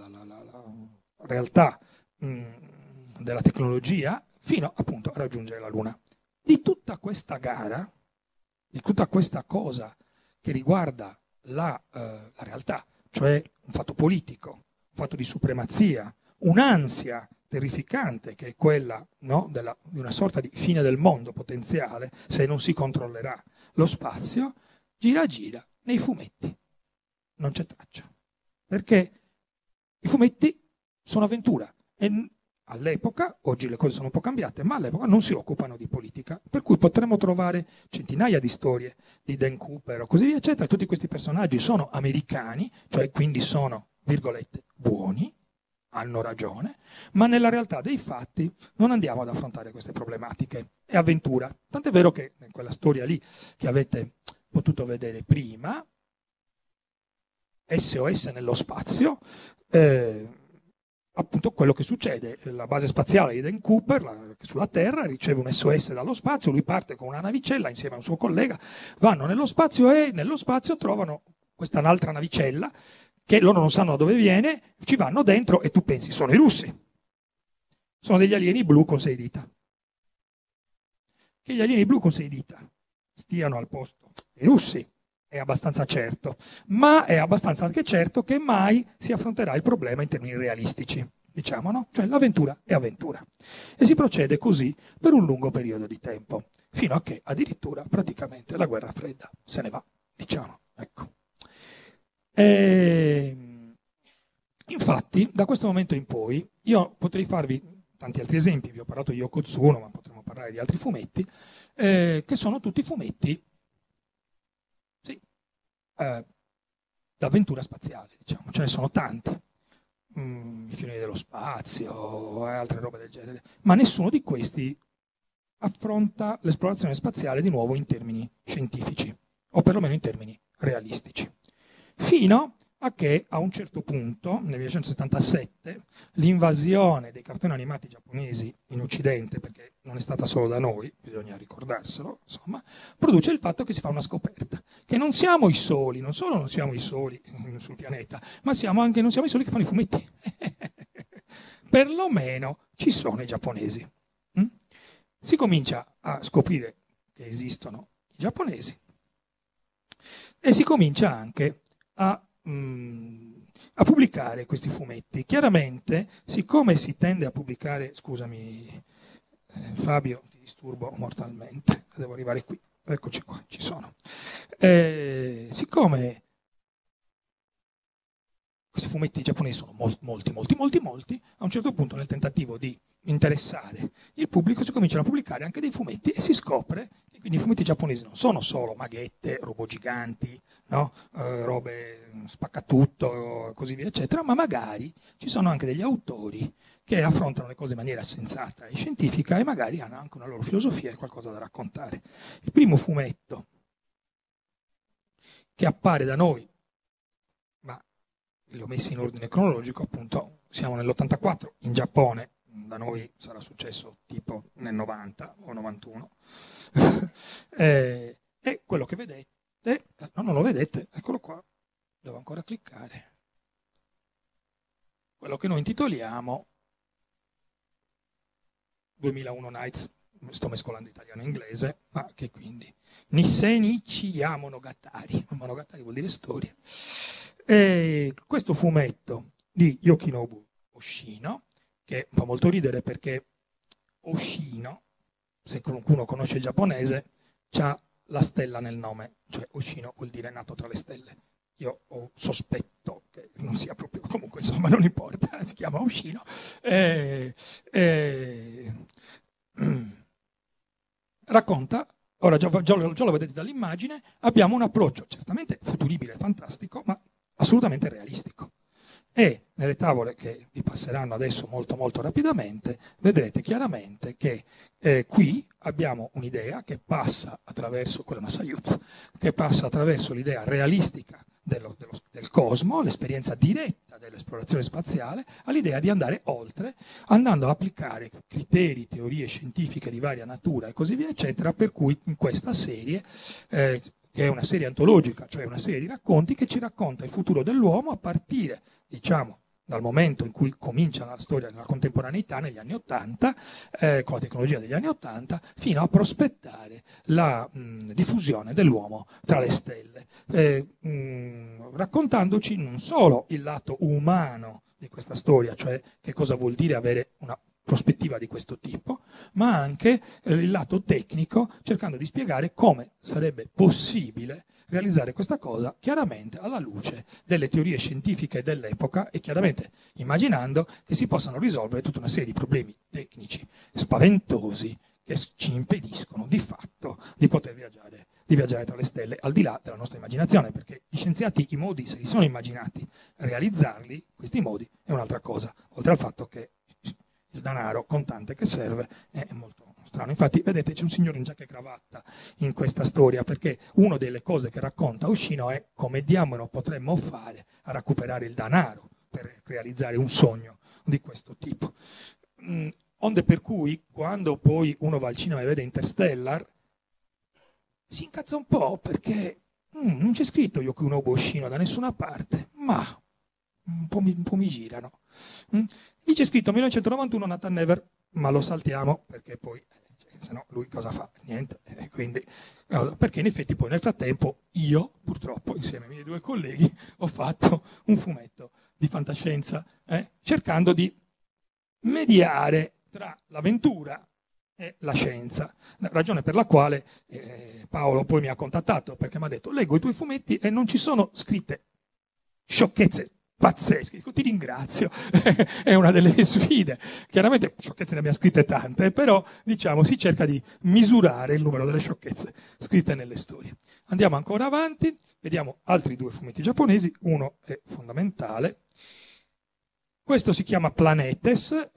realtà della tecnologia fino appunto a raggiungere la Luna. Di tutta questa gara, di tutta questa cosa che riguarda la realtà, cioè un fatto politico, un fatto di supremazia, un'ansia terrificante che è quella, no, di una sorta di fine del mondo potenziale se non si controllerà lo spazio, gira nei fumetti. Non c'è traccia. Perché i fumetti sono avventura e all'epoca, oggi le cose sono un po' cambiate, ma all'epoca non si occupano di politica, per cui potremmo trovare centinaia di storie di Dan Cooper o così via, eccetera. Tutti questi personaggi sono americani, cioè quindi sono, virgolette, buoni, hanno ragione, ma nella realtà dei fatti non andiamo ad affrontare queste problematiche. È avventura. Tant'è vero che in quella storia lì che avete potuto vedere prima, SOS nello spazio, appunto quello che succede, la base spaziale di Dan Cooper sulla Terra riceve un SOS dallo spazio, lui parte con una navicella insieme a un suo collega, vanno nello spazio e nello spazio trovano questa un'altra navicella che loro non sanno da dove viene, ci vanno dentro e tu pensi, sono i russi. Sono degli alieni blu con 6 dita. Che gli alieni blu con 6 dita stiano al posto dei russi è abbastanza certo, ma è abbastanza anche certo che mai si affronterà il problema in termini realistici, diciamo, no? Cioè l'avventura è avventura. E si procede così per un lungo periodo di tempo, fino a che addirittura praticamente la guerra fredda se ne va, diciamo, ecco. Infatti, da questo momento in poi, io potrei farvi tanti altri esempi, vi ho parlato di Yoko Tsuno, ma potremmo parlare di altri fumetti, che sono tutti fumetti, sì, d'avventura spaziale, diciamo, ce ne sono tanti, i fiori dello spazio e altre robe del genere, ma nessuno di questi affronta l'esplorazione spaziale di nuovo in termini scientifici, o perlomeno in termini realistici. Fino a che a un certo punto, nel 1977, l'invasione dei cartoni animati giapponesi in Occidente, perché non è stata solo da noi, bisogna ricordarselo, insomma, produce il fatto che si fa una scoperta, che non siamo i soli, non solo non siamo i soli sul pianeta, ma non siamo i soli che fanno i fumetti. Perlomeno ci sono i giapponesi. Si comincia a scoprire che esistono i giapponesi e si comincia anche a pubblicare questi fumetti. Chiaramente, siccome si tende a pubblicare, scusami Fabio, ti disturbo mortalmente, devo arrivare qui, eccoci qua, ci sono. Siccome questi fumetti giapponesi sono molti, a un certo punto nel tentativo di interessare il pubblico si cominciano a pubblicare anche dei fumetti e si scopre che quindi i fumetti giapponesi non sono solo maghette, robot giganti, no? Robe spaccatutto, così via, eccetera, ma magari ci sono anche degli autori che affrontano le cose in maniera sensata e scientifica e magari hanno anche una loro filosofia e qualcosa da raccontare. Il primo fumetto che appare da noi, ma li ho messi in ordine cronologico, appunto, siamo nell'84 in Giappone, da noi sarà successo tipo nel 90 o 91, e quello che vedete, no, non lo vedete, eccolo qua, devo ancora cliccare, quello che noi intitoliamo 2001 Nights, sto mescolando italiano e inglese, ma che quindi Nissenichi Yamonogatari, Monogatari vuol dire storia. E questo fumetto di Yokinobu Oshino, che fa molto ridere perché Oshino, se qualcuno conosce il giapponese, ha la stella nel nome, cioè Oshino vuol dire nato tra le stelle. Io ho sospetto che non sia proprio, comunque insomma non importa, si chiama Oshino. Racconta, ora già lo vedete dall'immagine, abbiamo un approccio certamente futuribile, fantastico, ma assolutamente realistico. E nelle tavole che vi passeranno adesso molto rapidamente vedrete chiaramente che qui abbiamo un'idea che passa attraverso, quella è una Soyuz, che passa attraverso l'idea realistica del cosmo, l'esperienza diretta dell'esplorazione spaziale, all'idea di andare oltre, andando a applicare criteri, teorie scientifiche di varia natura e così via, eccetera, per cui in questa serie, che è una serie antologica, cioè una serie di racconti che ci racconta il futuro dell'uomo a partire, diciamo, dal momento in cui comincia la storia nella contemporaneità, negli anni '80, con la tecnologia degli anni '80, fino a prospettare la diffusione dell'uomo tra le stelle, raccontandoci non solo il lato umano di questa storia, cioè che cosa vuol dire avere una prospettiva di questo tipo, ma anche il lato tecnico, cercando di spiegare come sarebbe possibile realizzare questa cosa, chiaramente alla luce delle teorie scientifiche dell'epoca e chiaramente immaginando che si possano risolvere tutta una serie di problemi tecnici spaventosi che ci impediscono di fatto di poter viaggiare tra le stelle, al di là della nostra immaginazione, perché gli scienziati i modi se li sono immaginati, realizzarli, questi modi, è un'altra cosa, oltre al fatto che il denaro contante che serve è molto strano. Infatti, vedete, c'è un signore in giacca e cravatta in questa storia, perché una delle cose che racconta Ushino è come diamolo potremmo fare a recuperare il denaro per realizzare un sogno di questo tipo. Onde per cui, quando poi uno va al cinema e vede Interstellar, si incazza un po', perché non c'è scritto Yoko Ushino da nessuna parte, ma un po' mi girano. Lì c'è scritto 1991 Nathan Never, ma lo saltiamo perché poi, se no lui cosa fa? Niente. Quindi, perché in effetti poi nel frattempo io, purtroppo, insieme ai miei due colleghi, ho fatto un fumetto di fantascienza, cercando di mediare tra l'avventura e la scienza, ragione per la quale Paolo poi mi ha contattato, perché mi ha detto: leggo i tuoi fumetti e non ci sono scritte sciocchezze pazzesche. Dico, ti ringrazio, è una delle sfide. Chiaramente sciocchezze ne abbiamo scritte tante, però diciamo si cerca di misurare il numero delle sciocchezze scritte nelle storie. Andiamo ancora avanti, vediamo altri due fumetti giapponesi, uno è fondamentale. Questo si chiama Planetes,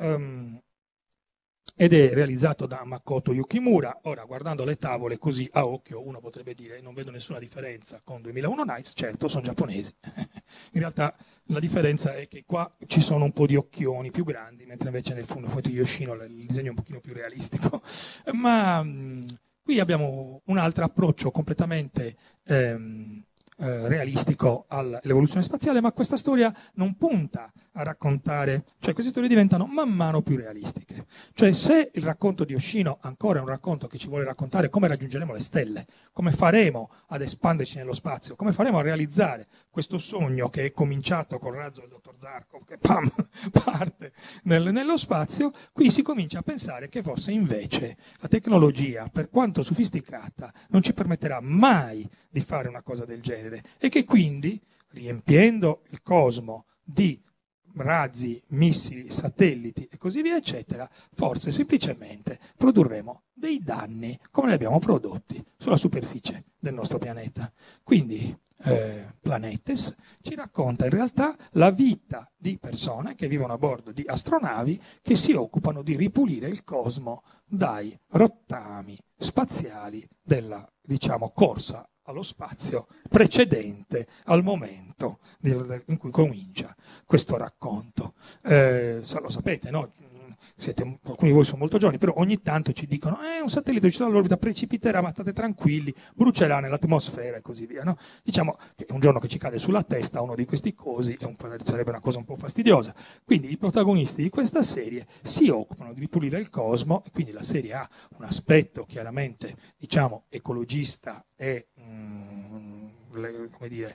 ed è realizzato da Makoto Yukimura. Ora, guardando le tavole così a occhio, uno potrebbe dire: non vedo nessuna differenza con 2001 Nights. Certo, sono giapponesi. In realtà la differenza è che qua ci sono un po' di occhioni più grandi, mentre invece nel fumetto di Yoshino il disegno è un pochino più realistico. Ma qui abbiamo un altro approccio completamente realistico all'evoluzione spaziale, ma questa storia non punta a raccontare, cioè queste storie diventano man mano più realistiche. Cioè, se il racconto di Yoshino ancora è un racconto che ci vuole raccontare come raggiungeremo le stelle, come faremo ad espanderci nello spazio, come faremo a realizzare questo sogno che è cominciato col razzo del dottor Zarkov, che pam, parte nello spazio, qui si comincia a pensare che forse invece la tecnologia, per quanto sofisticata, non ci permetterà mai di fare una cosa del genere, e che quindi, riempiendo il cosmo di razzi, missili, satelliti e così via, eccetera, forse semplicemente produrremo dei danni come li abbiamo prodotti sulla superficie del nostro pianeta. Quindi Planetes ci racconta in realtà la vita di persone che vivono a bordo di astronavi che si occupano di ripulire il cosmo dai rottami spaziali della, diciamo, corsa allo spazio precedente al momento in cui comincia questo racconto. Lo sapete, no? Alcuni di voi sono molto giovani, però ogni tanto ci dicono: un satellite vicino all'orbita precipiterà, ma state tranquilli, brucerà nell'atmosfera e così via. No? Diciamo che un giorno che ci cade sulla testa uno di questi cosi sarebbe una cosa un po' fastidiosa. Quindi i protagonisti di questa serie si occupano di ripulire il cosmo, e quindi la serie ha un aspetto chiaramente, diciamo, ecologista e come dire,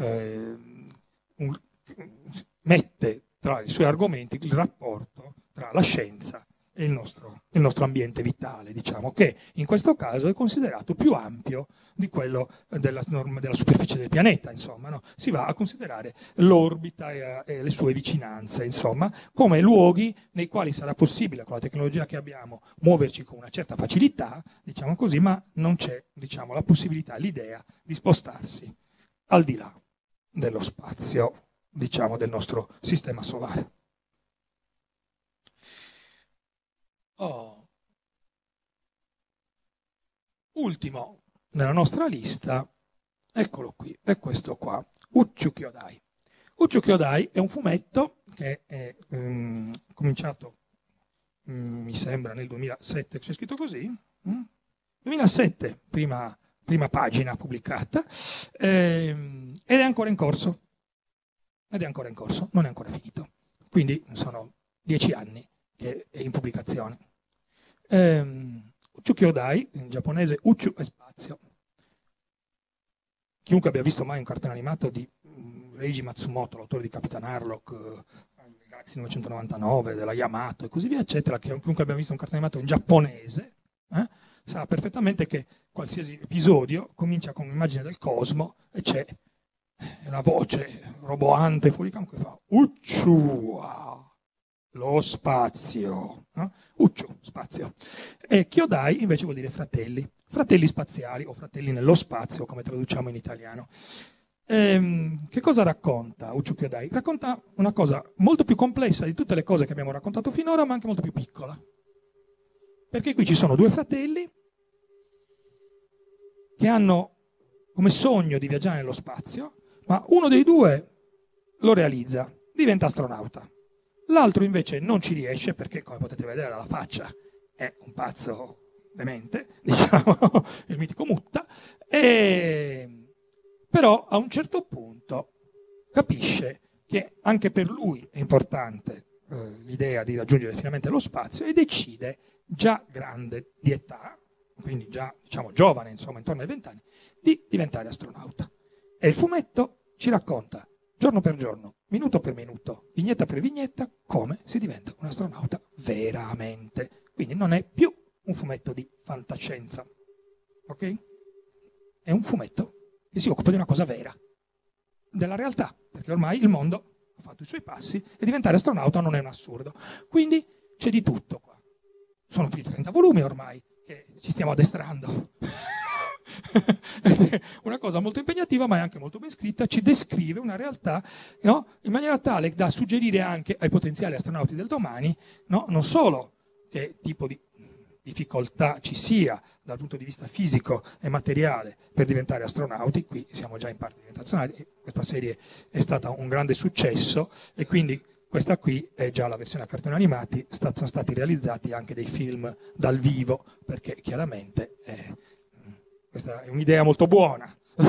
mette tra i suoi argomenti il rapporto tra la scienza e il nostro ambiente vitale, diciamo, che in questo caso è considerato più ampio di quello della superficie del pianeta, insomma, no? Si va a considerare l'orbita e le sue vicinanze, insomma, come luoghi nei quali sarà possibile, con la tecnologia che abbiamo, muoverci con una certa facilità, diciamo così, ma non c'è, diciamo, la possibilità, l'idea di spostarsi al di là dello spazio, diciamo, del nostro sistema solare. ultimo nella nostra lista, eccolo qui, è questo qua, Uchu Kyodai. Uchu Kyodai è un fumetto che è cominciato, mi sembra, nel 2007, c'è scritto così? 2007, prima pagina pubblicata, ed è ancora in corso. Non è ancora finito. Quindi sono 10 anni che è in pubblicazione. Uchu Kyodai, in giapponese Uchu è spazio. Chiunque abbia visto mai un cartone animato di Reiji Matsumoto, l'autore di Capitan Harlock, Galaxy 999, della Yamato e così via, eccetera, chiunque abbia visto un cartone animato in giapponese, sa perfettamente che qualsiasi episodio comincia con un'immagine del cosmo e c'è la voce roboante fuori campo che fa Uchu, lo spazio, no? Uchu, spazio. E Kyodai invece vuol dire fratelli spaziali o fratelli nello spazio, come traduciamo in italiano. Che cosa racconta Uchu Kyodai? Racconta una cosa molto più complessa di tutte le cose che abbiamo raccontato finora, ma anche molto più piccola. Perché qui ci sono due fratelli che hanno come sogno di viaggiare nello spazio, ma uno dei due lo realizza, diventa astronauta. L'altro invece non ci riesce perché, come potete vedere dalla faccia, è un pazzo demente, diciamo, il mitico Mutta, però a un certo punto capisce che anche per lui è importante l'idea di raggiungere finalmente lo spazio e decide, già grande di età, quindi già diciamo giovane, insomma intorno ai 20 anni, di diventare astronauta. E il fumetto ci racconta giorno per giorno, minuto per minuto, vignetta per vignetta, come si diventa un astronauta veramente. Quindi non è più un fumetto di fantascienza, ok? È un fumetto che si occupa di una cosa vera, della realtà, perché ormai il mondo ha fatto i suoi passi e diventare astronauta non è un assurdo. Quindi c'è di tutto qua. Sono più di 30 volumi ormai che ci stiamo addestrando. Una cosa molto impegnativa, ma è anche molto ben scritta, ci descrive una realtà, no? In maniera tale da suggerire anche ai potenziali astronauti del domani, no? Non solo che tipo di difficoltà ci sia dal punto di vista fisico e materiale per diventare astronauti, qui siamo già in parte diventati astronauti, questa serie è stata un grande successo e quindi questa qui è già la versione a cartoni animati, sono stati realizzati anche dei film dal vivo, perché chiaramente questa è un'idea molto buona,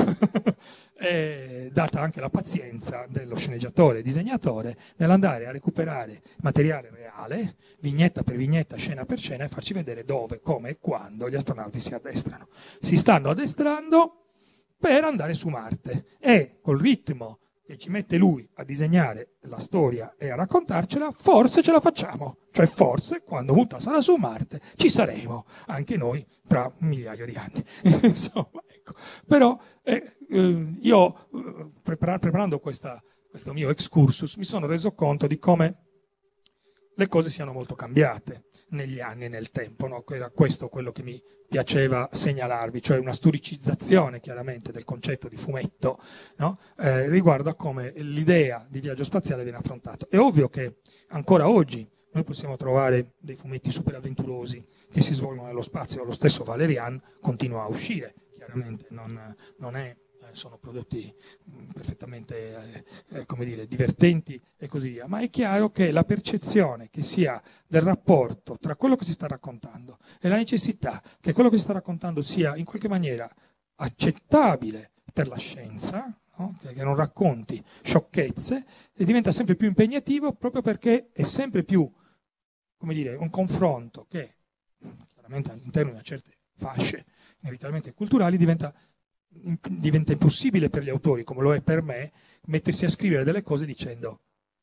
data anche la pazienza dello sceneggiatore e disegnatore nell'andare a recuperare materiale reale, vignetta per vignetta, scena per scena, e farci vedere dove, come e quando gli astronauti si addestrano. Si stanno addestrando per andare su Marte e col ritmo che ci mette lui a disegnare la storia e a raccontarcela, forse ce la facciamo. Cioè forse, quando Mutta sarà su Marte, ci saremo anche noi tra un migliaio di anni. Insomma, ecco. Però io, preparando questo mio excursus, mi sono reso conto di come le cose siano molto cambiate negli anni e nel tempo, no? Era questo quello che mi piaceva segnalarvi, cioè una storicizzazione chiaramente del concetto di fumetto, no? Riguardo a come l'idea di viaggio spaziale viene affrontata. È ovvio che ancora oggi noi possiamo trovare dei fumetti super avventurosi che si svolgono nello spazio, lo stesso Valerian continua a uscire, chiaramente non è... sono prodotti perfettamente come dire, divertenti e così via, ma è chiaro che la percezione che si ha del rapporto tra quello che si sta raccontando e la necessità che quello che si sta raccontando sia in qualche maniera accettabile per la scienza, no? Che non racconti sciocchezze, e diventa sempre più impegnativo proprio perché è sempre più, come dire, un confronto che chiaramente all'interno di certe fasce inevitabilmente culturali diventa impossibile per gli autori, come lo è per me, mettersi a scrivere delle cose dicendo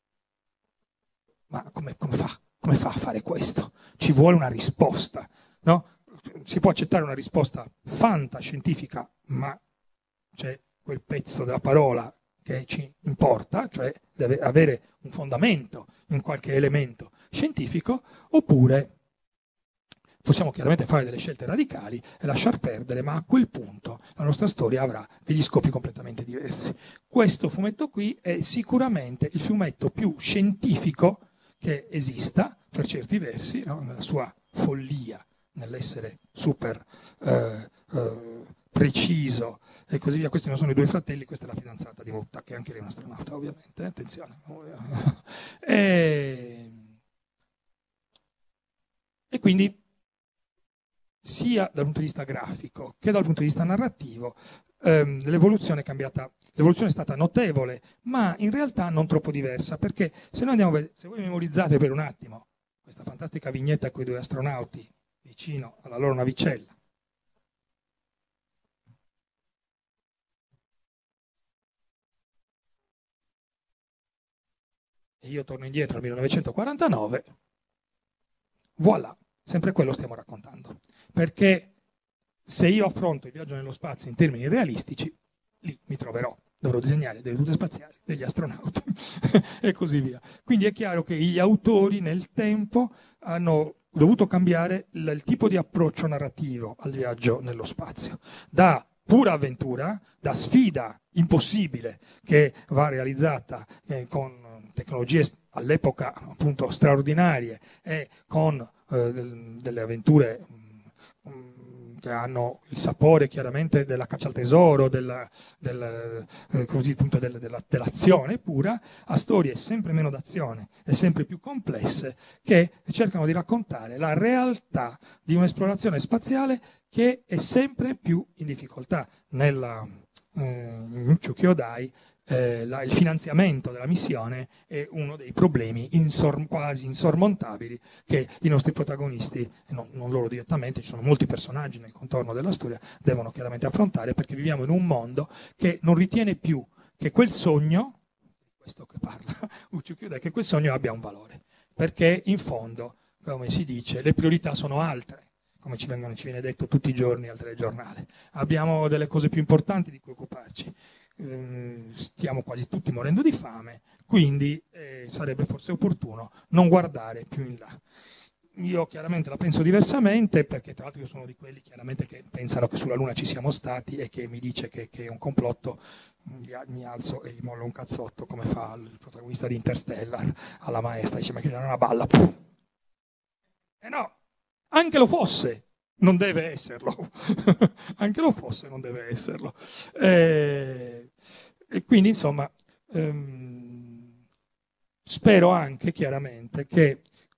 ma come fa a fare questo? Ci vuole una risposta, no? Si può accettare una risposta fantascientifica, ma c'è quel pezzo della parola che ci importa, cioè deve avere un fondamento in qualche elemento scientifico, oppure possiamo chiaramente fare delle scelte radicali e lasciar perdere, ma a quel punto la nostra storia avrà degli scopi completamente diversi. Questo fumetto qui è sicuramente il fumetto più scientifico che esista, per certi versi, no? Nella sua follia nell'essere super preciso e così via. Questi non sono i due fratelli, questa è la fidanzata di Mutta, che anche lei è un'astronauta, ovviamente, attenzione. E quindi sia dal punto di vista grafico che dal punto di vista narrativo l'evoluzione è cambiata, l'evoluzione è stata notevole, ma in realtà non troppo diversa, perché se noi andiamo a vedere, se voi memorizzate per un attimo questa fantastica vignetta con i due astronauti vicino alla loro navicella, e io torno indietro al 1949, voilà, sempre quello stiamo raccontando. Perché se io affronto il viaggio nello spazio in termini realistici, lì mi troverò, dovrò disegnare delle rute spaziali, degli astronauti e così via. Quindi è chiaro che gli autori nel tempo hanno dovuto cambiare il tipo di approccio narrativo al viaggio nello spazio, da pura avventura, da sfida impossibile che va realizzata con tecnologie all'epoca appunto straordinarie e con delle avventure che hanno il sapore chiaramente della caccia al tesoro, dell'azione pura, a storie sempre meno d'azione e sempre più complesse che cercano di raccontare la realtà di un'esplorazione spaziale che è sempre più in difficoltà. In Uchu Kyodai il finanziamento della missione è uno dei problemi quasi insormontabili che i nostri protagonisti, non loro direttamente, ci sono molti personaggi nel contorno della storia, devono chiaramente affrontare, perché viviamo in un mondo che non ritiene più che quel sogno, questo che parla Uchu Kyodai, che quel sogno abbia un valore, perché in fondo, come si dice, le priorità sono altre, come ci viene detto tutti i giorni al telegiornale. Abbiamo delle cose più importanti di cui occuparci. Stiamo quasi tutti morendo di fame, quindi sarebbe forse opportuno non guardare più in là. Io chiaramente la penso diversamente, perché tra l'altro io sono di quelli chiaramente che pensano che sulla Luna ci siamo stati, e che mi dice che è un complotto, mi alzo e gli mollo un cazzotto, come fa il protagonista di Interstellar alla maestra, dice: ma che non è una balla? No, anche lo fosse, non deve esserlo. Anche lo fosse, non deve esserlo. E quindi, insomma, spero anche chiaramente che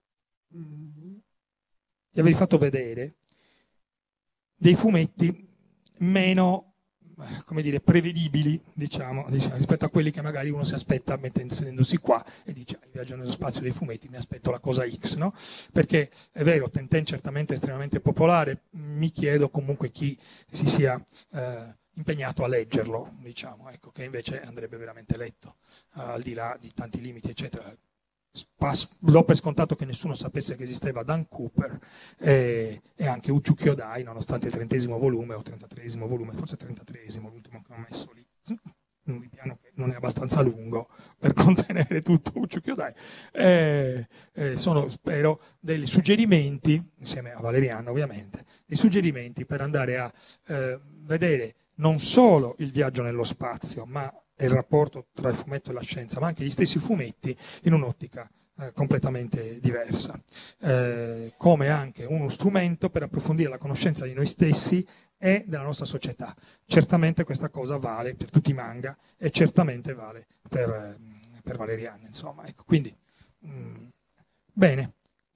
di avervi fatto vedere dei fumetti meno, come dire, prevedibili, diciamo, rispetto a quelli che magari uno si aspetta sedendosi qua e dice: il viaggio nello spazio dei fumetti, mi aspetto la cosa X, no? Perché è vero, Tintin certamente estremamente popolare, mi chiedo comunque chi si sia impegnato a leggerlo, diciamo, ecco, che invece andrebbe veramente letto, al di là di tanti limiti, eccetera. Do per scontato che nessuno sapesse che esisteva Dan Cooper e anche Uchu Kyodai, nonostante il 30° volume o 33° volume, forse 33° l'ultimo che ho messo lì, un piano che non è abbastanza lungo per contenere tutto Uchu Kyodai. Sono, spero, dei suggerimenti, insieme a Valeriano ovviamente, dei suggerimenti per andare a vedere non solo il viaggio nello spazio, ma il rapporto tra il fumetto e la scienza, ma anche gli stessi fumetti in un'ottica completamente diversa, come anche uno strumento per approfondire la conoscenza di noi stessi e della nostra società. Certamente questa cosa vale per tutti i manga e certamente vale per Valeriano, insomma. Ecco, quindi, bene.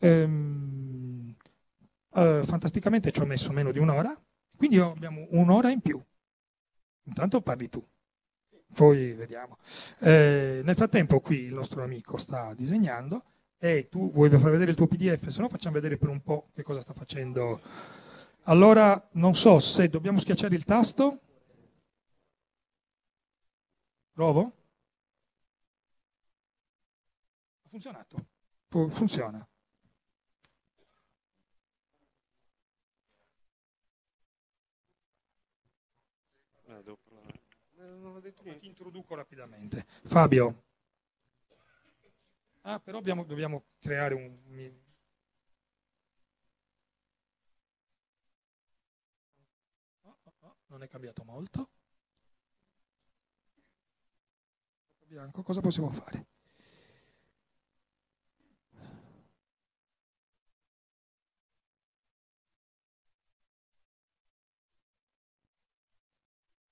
Fantasticamente ci ho messo meno di un'ora, quindi abbiamo un'ora in più. Intanto parli tu. Poi vediamo. Nel frattempo qui il nostro amico sta disegnando e tu vuoi far vedere il tuo PDF, se no facciamo vedere per un po' che cosa sta facendo. Allora, non so se dobbiamo schiacciare il tasto. Provo? Ha funzionato? Funziona. Ti introduco rapidamente. Fabio. Però dobbiamo creare un... non è cambiato molto. Bianco, cosa possiamo fare?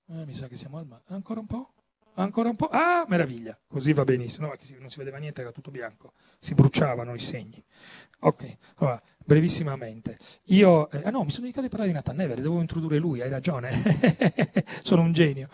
Mi sa che siamo al mare. Ancora un po'? Ancora un po'? Ah, meraviglia! Così va benissimo. No, non si vedeva niente, era tutto bianco. Si bruciavano i segni. Ok, allora, brevissimamente. Io... no, mi sono dimenticato di parlare di Nathan Never, devo introdurre lui, hai ragione. Sono un genio.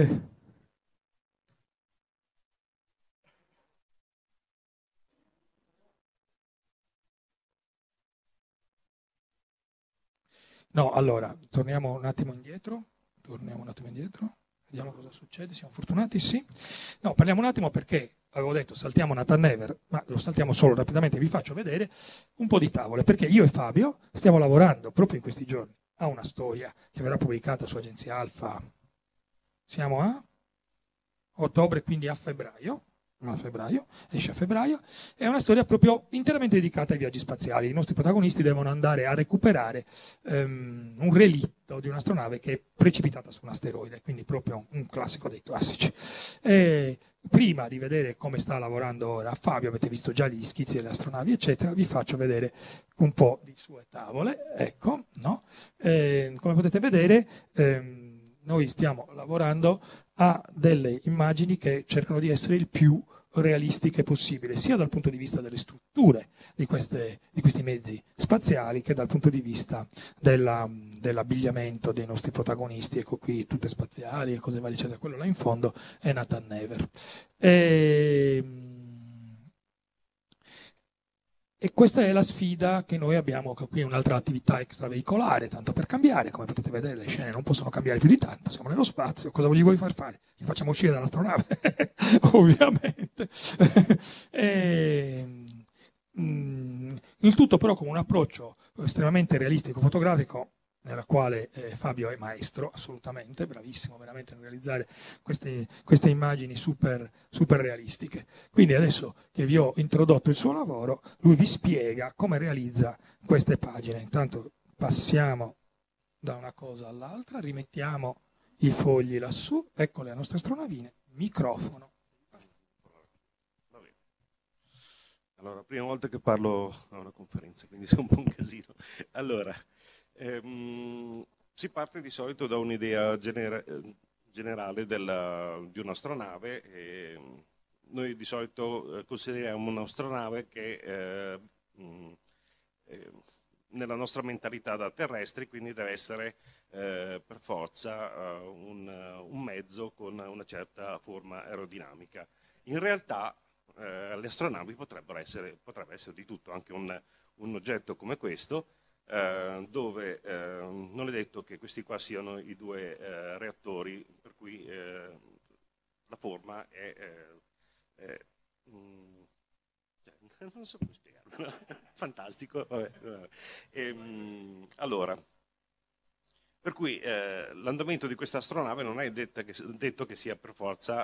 No, allora, torniamo un attimo indietro. Vediamo cosa succede, siamo fortunati, sì. No, parliamo un attimo perché, avevo detto, saltiamo Nathan Never, ma lo saltiamo solo rapidamente, vi faccio vedere un po' di tavole, perché io e Fabio stiamo lavorando proprio in questi giorni a una storia che verrà pubblicata su Agenzia Alfa. Siamo a ottobre, quindi a febbraio, esce a febbraio, è una storia proprio interamente dedicata ai viaggi spaziali. I nostri protagonisti devono andare a recuperare un relitto di un'astronave che è precipitata su un asteroide, quindi proprio un classico dei classici. Prima di vedere come sta lavorando ora Fabio, avete visto già gli schizzi delle astronavi, eccetera, vi faccio vedere un po' di sue tavole, ecco, no? Come potete vedere, noi stiamo lavorando a delle immagini che cercano di essere il più realistiche possibile, sia dal punto di vista delle strutture di questi mezzi spaziali che dal punto di vista dell'abbigliamento dei nostri protagonisti. Ecco qui tutte spaziali e cose varie, eccetera. Quello là in fondo è Nathan Never. E questa è la sfida che noi abbiamo, qui è un'altra attività extraveicolare, tanto per cambiare, come potete vedere le scene non possono cambiare più di tanto, siamo nello spazio, cosa voglio far fare? Li facciamo uscire dall'astronave, ovviamente. Il tutto però con un approccio estremamente realistico, fotografico, nella quale Fabio è maestro, assolutamente, bravissimo veramente a realizzare queste immagini super realistiche. Quindi adesso che vi ho introdotto il suo lavoro, lui vi spiega come realizza queste pagine. Intanto passiamo da una cosa all'altra, rimettiamo i fogli lassù, ecco le nostre astronavine, microfono. Allora, prima volta che parlo a una conferenza, quindi sono un po' un casino. Allora, si parte di solito da un'idea generale di un'astronave. Noi di solito consideriamo un'astronave che nella nostra mentalità da terrestri, quindi deve essere per forza un mezzo con una certa forma aerodinamica. In realtà le astronavi potrebbe essere di tutto, anche un oggetto come questo, dove non è detto che questi qua siano i due reattori, per cui la forma non so come spiegarlo, fantastico. Vabbè. Allora, per cui l'andamento di questa astronave non è detto che sia per forza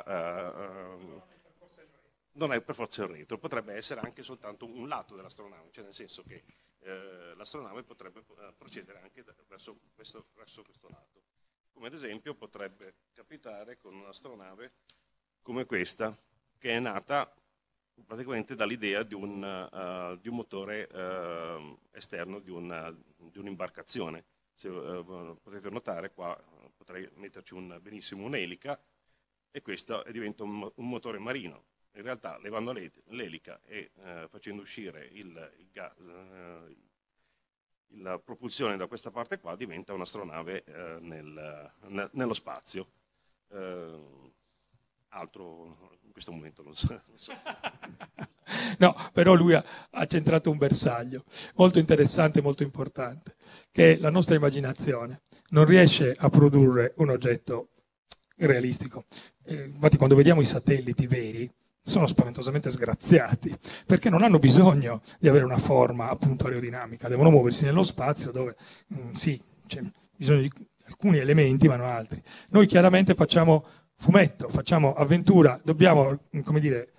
non è per forza il retro, potrebbe essere anche soltanto un lato dell'astronave, cioè nel senso che l'astronave potrebbe procedere anche verso questo lato. Come ad esempio potrebbe capitare con un'astronave come questa, che è nata praticamente dall'idea di un motore esterno di un'imbarcazione. Se potete notare qua potrei metterci benissimo un'elica, e questo diventa un motore marino. In realtà levando l'elica e facendo uscire la propulsione da questa parte qua diventa un'astronave nello spazio. Altro in questo momento non so. No, però lui ha centrato un bersaglio molto interessante, molto importante, che la nostra immaginazione non riesce a produrre un oggetto realistico. Infatti quando vediamo i satelliti veri sono spaventosamente sgraziati, perché non hanno bisogno di avere una forma appunto aerodinamica, devono muoversi nello spazio dove sì, c'è bisogno di alcuni elementi ma non altri. Noi chiaramente facciamo fumetto, facciamo avventura, dobbiamo, come dire,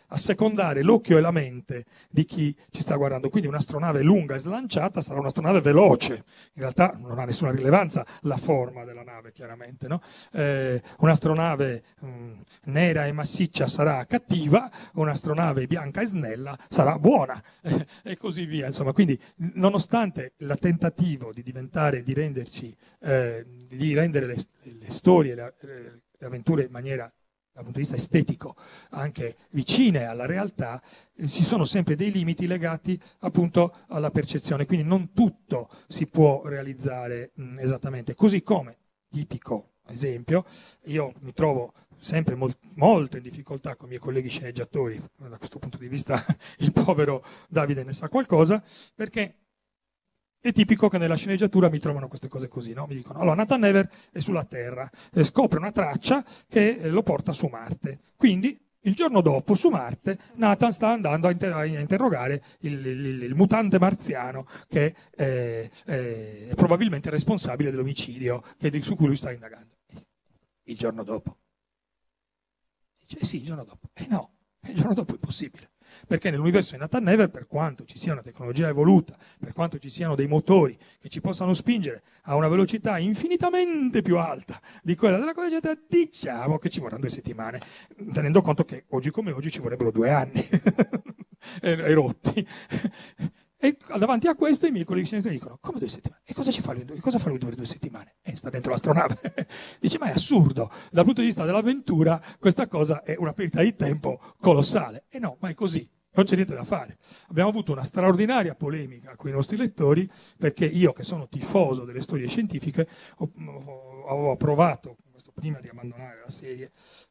assecondare l'occhio e la mente di chi ci sta guardando. Quindi un'astronave lunga e slanciata sarà un'astronave veloce. In realtà non ha nessuna rilevanza la forma della nave, chiaramente, no? Un'astronave nera e massiccia sarà cattiva, un'astronave bianca e snella sarà buona, e così via. Insomma, quindi, nonostante il tentativo di diventare, di renderci, di rendere le storie, le avventure in maniera, dal punto di vista estetico, anche vicine alla realtà, ci sono sempre dei limiti legati appunto alla percezione, quindi non tutto si può realizzare esattamente. Così come, tipico esempio, io mi trovo sempre molto in difficoltà con i miei colleghi sceneggiatori, da questo punto di vista il povero Davide ne sa qualcosa, perché è tipico che nella sceneggiatura mi trovano queste cose così, no? Mi dicono, allora Nathan Never è sulla Terra, scopre una traccia che lo porta su Marte. Quindi, il giorno dopo, su Marte, Nathan sta andando a interrogare il mutante marziano che è probabilmente responsabile dell'omicidio su cui lui sta indagando. Il giorno dopo. Dice, sì, il giorno dopo. No, il giorno dopo è impossibile. Perché nell'universo di Nathan Never, per quanto ci sia una tecnologia evoluta, per quanto ci siano dei motori che ci possano spingere a una velocità infinitamente più alta di quella della cogita, diciamo che ci vorranno 2 settimane, tenendo conto che oggi come oggi ci vorrebbero 2 anni e rotti. E davanti a questo i miei colleghi sceneggiatori dicono, come 2 settimane? E cosa ci fa lui? Cosa fa lui per 2 settimane? Sta dentro l'astronave. Dice, ma è assurdo. Dal punto di vista dell'avventura questa cosa è una perdita di tempo colossale. E no, ma è così. Non c'è niente da fare. Abbiamo avuto una straordinaria polemica con i nostri lettori, perché io, che sono tifoso delle storie scientifiche, avevo approvato, questo prima di abbandonare la serie,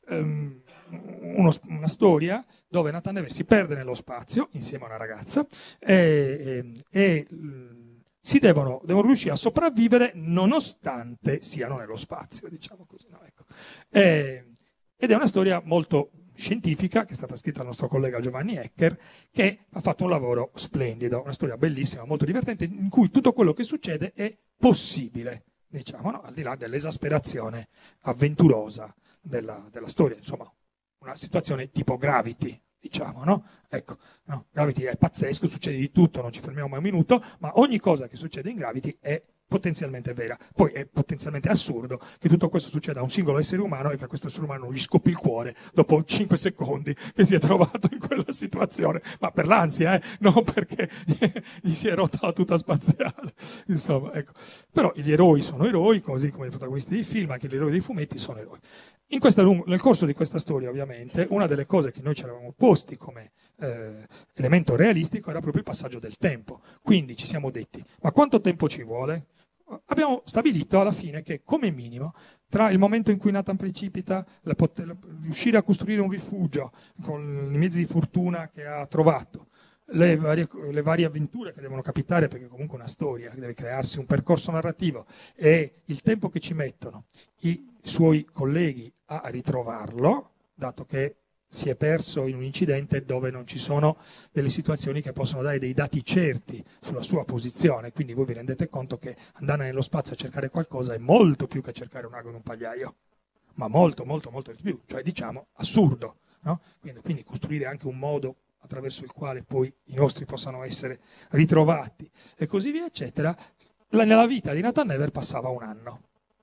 una storia dove Nathan Never si perde nello spazio insieme a una ragazza e devono riuscire a sopravvivere nonostante siano nello spazio, diciamo così. No? Ecco. Ed è una storia molto scientifica che è stata scritta dal nostro collega Giovanni Ecker, che ha fatto un lavoro splendido, una storia bellissima, molto divertente, in cui tutto quello che succede è possibile, diciamo, no? Al di là dell'esasperazione avventurosa della storia, insomma, una situazione tipo Gravity, diciamo, no? Ecco, no? Gravity è pazzesco, succede di tutto, non ci fermiamo mai un minuto, ma ogni cosa che succede in Gravity è potenzialmente vera. Poi è potenzialmente assurdo che tutto questo succeda a un singolo essere umano e che a questo essere umano non gli scoppi il cuore dopo 5 secondi che si è trovato in quella situazione, ma per l'ansia, non perché gli si è rotta la tuta spaziale. Insomma, ecco. Però gli eroi sono eroi, così come i protagonisti dei film, anche gli eroi dei fumetti sono eroi. Nel corso di questa storia, ovviamente, una delle cose che noi ci eravamo posti come elemento realistico era proprio il passaggio del tempo. Quindi ci siamo detti, ma quanto tempo ci vuole? Abbiamo stabilito alla fine che, come minimo, tra il momento in cui Nathan precipita, riuscire a costruire un rifugio con i mezzi di fortuna che ha trovato, le varie avventure che devono capitare, perché comunque è una storia, deve crearsi un percorso narrativo, e il tempo che ci mettono i suoi colleghi a ritrovarlo, dato che si è perso in un incidente dove non ci sono delle situazioni che possono dare dei dati certi sulla sua posizione, quindi voi vi rendete conto che andare nello spazio a cercare qualcosa è molto più che cercare un ago in un pagliaio, ma molto, molto, molto di più, cioè diciamo assurdo, no? Quindi costruire anche un modo attraverso il quale poi i nostri possano essere ritrovati e così via, eccetera. Nella vita di Nathan Never passava 1 anno.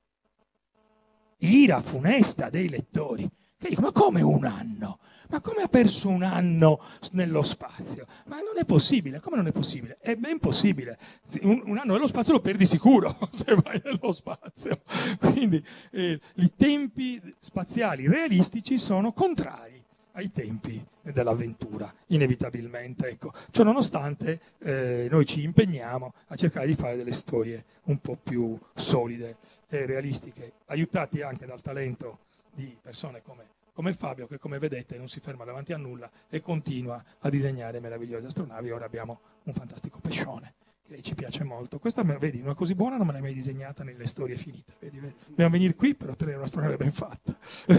Ira funesta dei lettori, che dico, ma come 1 anno? Ma come ha perso 1 anno nello spazio? Ma non è possibile, come non è possibile? È ben possibile. Un anno nello spazio lo perdi sicuro se vai nello spazio. Quindi i tempi spaziali realistici sono contrari ai tempi dell'avventura, inevitabilmente. Ecco. Ciò nonostante noi ci impegniamo a cercare di fare delle storie un po' più solide e realistiche, aiutati anche dal talento di persone come Fabio, che come vedete non si ferma davanti a nulla e continua a disegnare meravigliose astronavi. Ora abbiamo un fantastico pescione che ci piace molto. Questa, vedi, una così buona non me l'hai mai disegnata nelle storie finite. Vedi, dobbiamo venire qui per ottenere un'astronave ben fatta.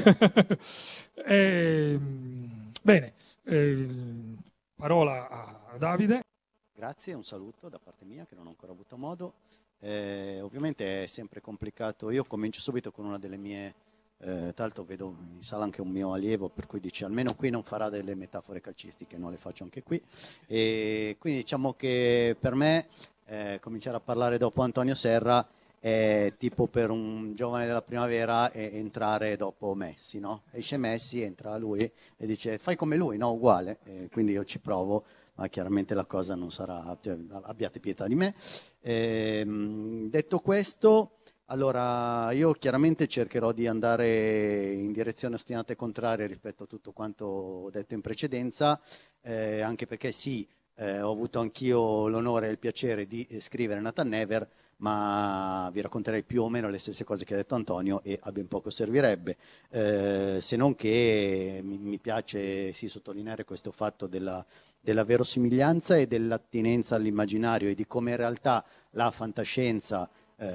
Bene, parola a Davide. Grazie, un saluto da parte mia che non ho ancora avuto modo. Ovviamente è sempre complicato. Io comincio subito con una delle mie Tra l'altro vedo in sala anche un mio allievo, per cui dice almeno qui non farà delle metafore calcistiche, non le faccio anche qui. E quindi diciamo che per me cominciare a parlare dopo Antonio Serra è tipo per un giovane della primavera entrare dopo Messi, no? Esce Messi, entra lui e dice fai come lui, no? Uguale. Quindi io ci provo, ma chiaramente la cosa non sarà, abbiate pietà di me. Detto questo, allora io chiaramente cercherò di andare in direzione ostinata e contraria rispetto a tutto quanto ho detto in precedenza, anche perché sì, ho avuto anch'io l'onore e il piacere di scrivere Nathan Never, ma vi racconterei più o meno le stesse cose che ha detto Antonio e a ben poco servirebbe, se non che mi piace sì sottolineare questo fatto della verosimiglianza e dell'attinenza all'immaginario e di come in realtà la fantascienza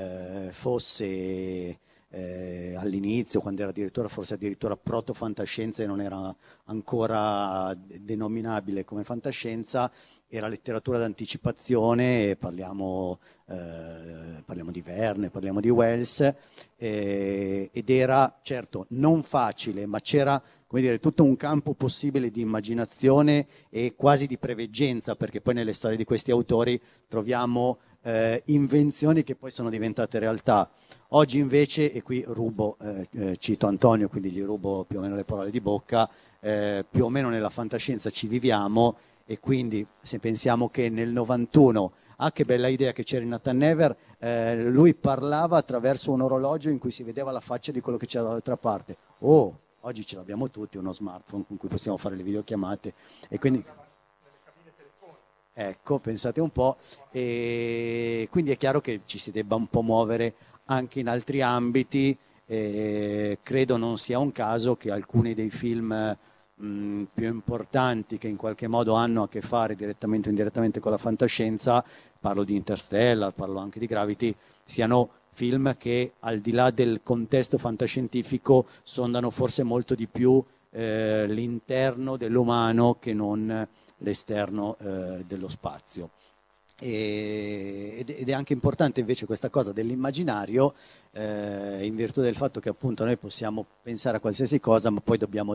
fosse all'inizio, quando era addirittura forse addirittura proto-fantascienza e non era ancora denominabile come fantascienza, era letteratura d'anticipazione, parliamo di Verne, parliamo di Wells, ed era certo non facile, ma c'era, come dire, tutto un campo possibile di immaginazione e quasi di preveggenza, perché poi nelle storie di questi autori troviamo invenzioni che poi sono diventate realtà. Oggi invece, e qui rubo, cito Antonio, quindi gli rubo più o meno le parole di bocca, più o meno nella fantascienza ci viviamo, e quindi se pensiamo che nel 91, che bella idea che c'era in Nathan Never, lui parlava attraverso un orologio in cui si vedeva la faccia di quello che c'era dall'altra parte. Oggi ce l'abbiamo tutti, uno smartphone con cui possiamo fare le videochiamate, e quindi ecco, pensate un po', e quindi è chiaro che ci si debba un po' muovere anche in altri ambiti. Credo non sia un caso che alcuni dei film più importanti che in qualche modo hanno a che fare direttamente o indirettamente con la fantascienza, parlo di Interstellar, parlo anche di Gravity, siano film che al di là del contesto fantascientifico sondano forse molto di più l'interno dell'umano che non l'esterno dello spazio. Ed è anche importante invece questa cosa dell'immaginario, in virtù del fatto che appunto noi possiamo pensare a qualsiasi cosa, ma poi dobbiamo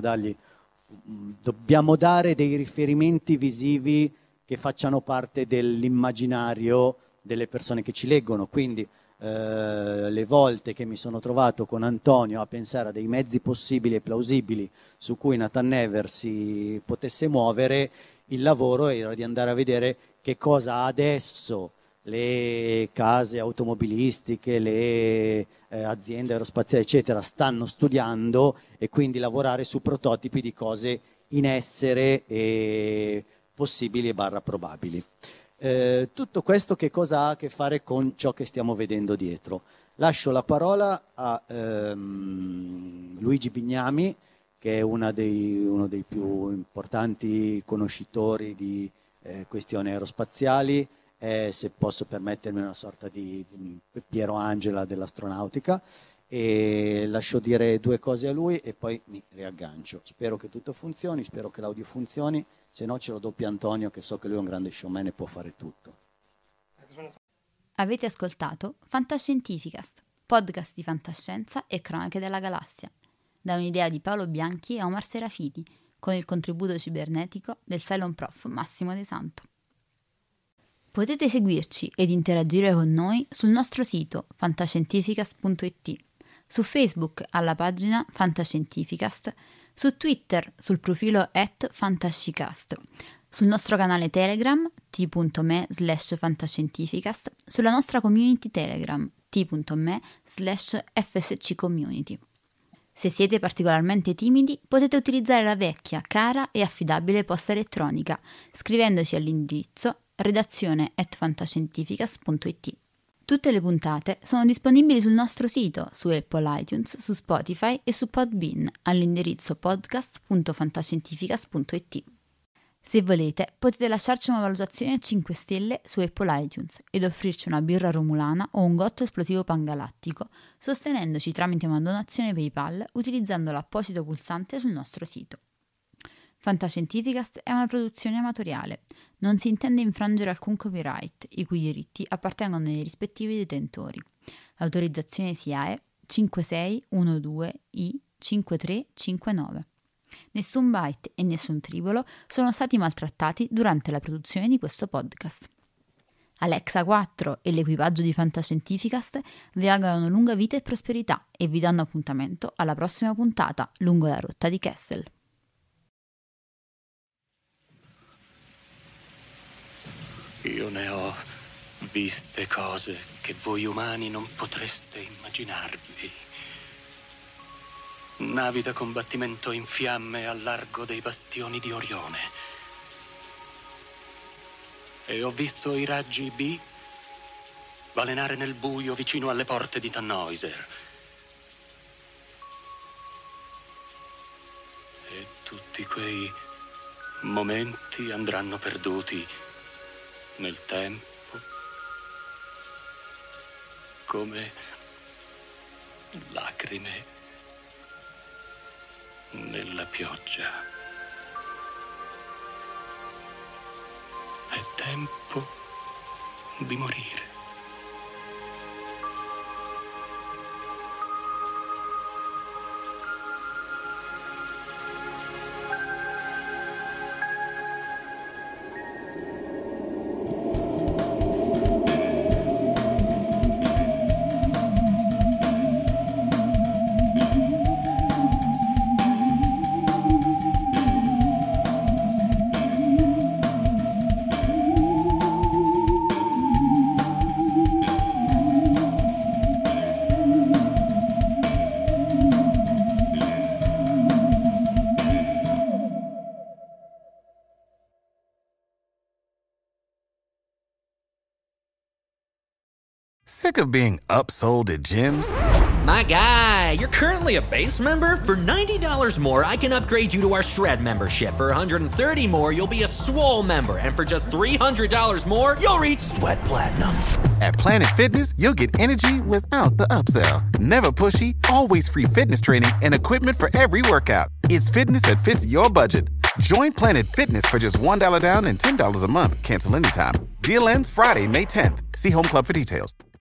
dare dei riferimenti visivi che facciano parte dell'immaginario delle persone che ci leggono. Quindi le volte che mi sono trovato con Antonio a pensare a dei mezzi possibili e plausibili su cui Nathan Never si potesse muovere, il lavoro era di andare a vedere che cosa adesso le case automobilistiche, le aziende aerospaziali eccetera stanno studiando, e quindi lavorare su prototipi di cose in essere e possibili e / probabili. Tutto questo che cosa ha a che fare con ciò che stiamo vedendo dietro? Lascio la parola a Luigi Bignami, che è uno dei più importanti conoscitori di questioni aerospaziali, se posso permettermi una sorta di Piero Angela dell'astronautica, e lascio dire 2 cose a lui e poi mi riaggancio. Spero che tutto funzioni, spero che l'audio funzioni, se no ce lo doppia Antonio, che so che lui è un grande showman e può fare tutto. Avete ascoltato Fantascientificast, podcast di fantascienza e cronache della galassia, da un'idea di Paolo Bianchi e Omar Serafiti, con il contributo cibernetico del Cylon Prof Massimo De Santo. Potete seguirci ed interagire con noi sul nostro sito fantascientificast.it, su Facebook alla pagina Fantascientificast, su Twitter sul profilo @fantascicast, sul nostro canale Telegram t.me/fantascientificast, sulla nostra community Telegram t.me/fsccommunity. Se siete particolarmente timidi, potete utilizzare la vecchia, cara e affidabile posta elettronica, scrivendoci all'indirizzo redazione@fantascientificast.it. Tutte le puntate sono disponibili sul nostro sito, su Apple iTunes, su Spotify e su Podbean, all'indirizzo podcast.fantascientificast.it. Se volete, potete lasciarci una valutazione a 5 stelle su Apple iTunes ed offrirci una birra romulana o un gotto esplosivo pangalattico, sostenendoci tramite una donazione PayPal utilizzando l'apposito pulsante sul nostro sito. Fantascientificast è una produzione amatoriale. Non si intende infrangere alcun copyright, i cui diritti appartengono ai rispettivi detentori. L'autorizzazione SIAE 5612I5359. Nessun byte e nessun tribolo sono stati maltrattati durante la produzione di questo podcast. Alexa 4 e l'equipaggio di Fantascientificast vi augurano lunga vita e prosperità e vi danno appuntamento alla prossima puntata lungo la rotta di Kessel. Io ne ho viste cose che voi umani non potreste immaginarvi. Navi da combattimento in fiamme al largo dei bastioni di Orione. E ho visto i raggi B balenare nel buio vicino alle porte di Tannhäuser. E tutti quei momenti andranno perduti nel tempo, come lacrime nella pioggia. È tempo di morire. Sick of being upsold at gyms? My guy, you're currently a base member? For $90 more, I can upgrade you to our Shred membership. For $130 more, you'll be a Swole member. And for just $300 more, you'll reach Sweat Platinum. At Planet Fitness, you'll get energy without the upsell. Never pushy, always free fitness training and equipment for every workout. It's fitness that fits your budget. Join Planet Fitness for just $1 down and $10 a month. Cancel anytime. Deal ends Friday, May 10th. See Home Club for details.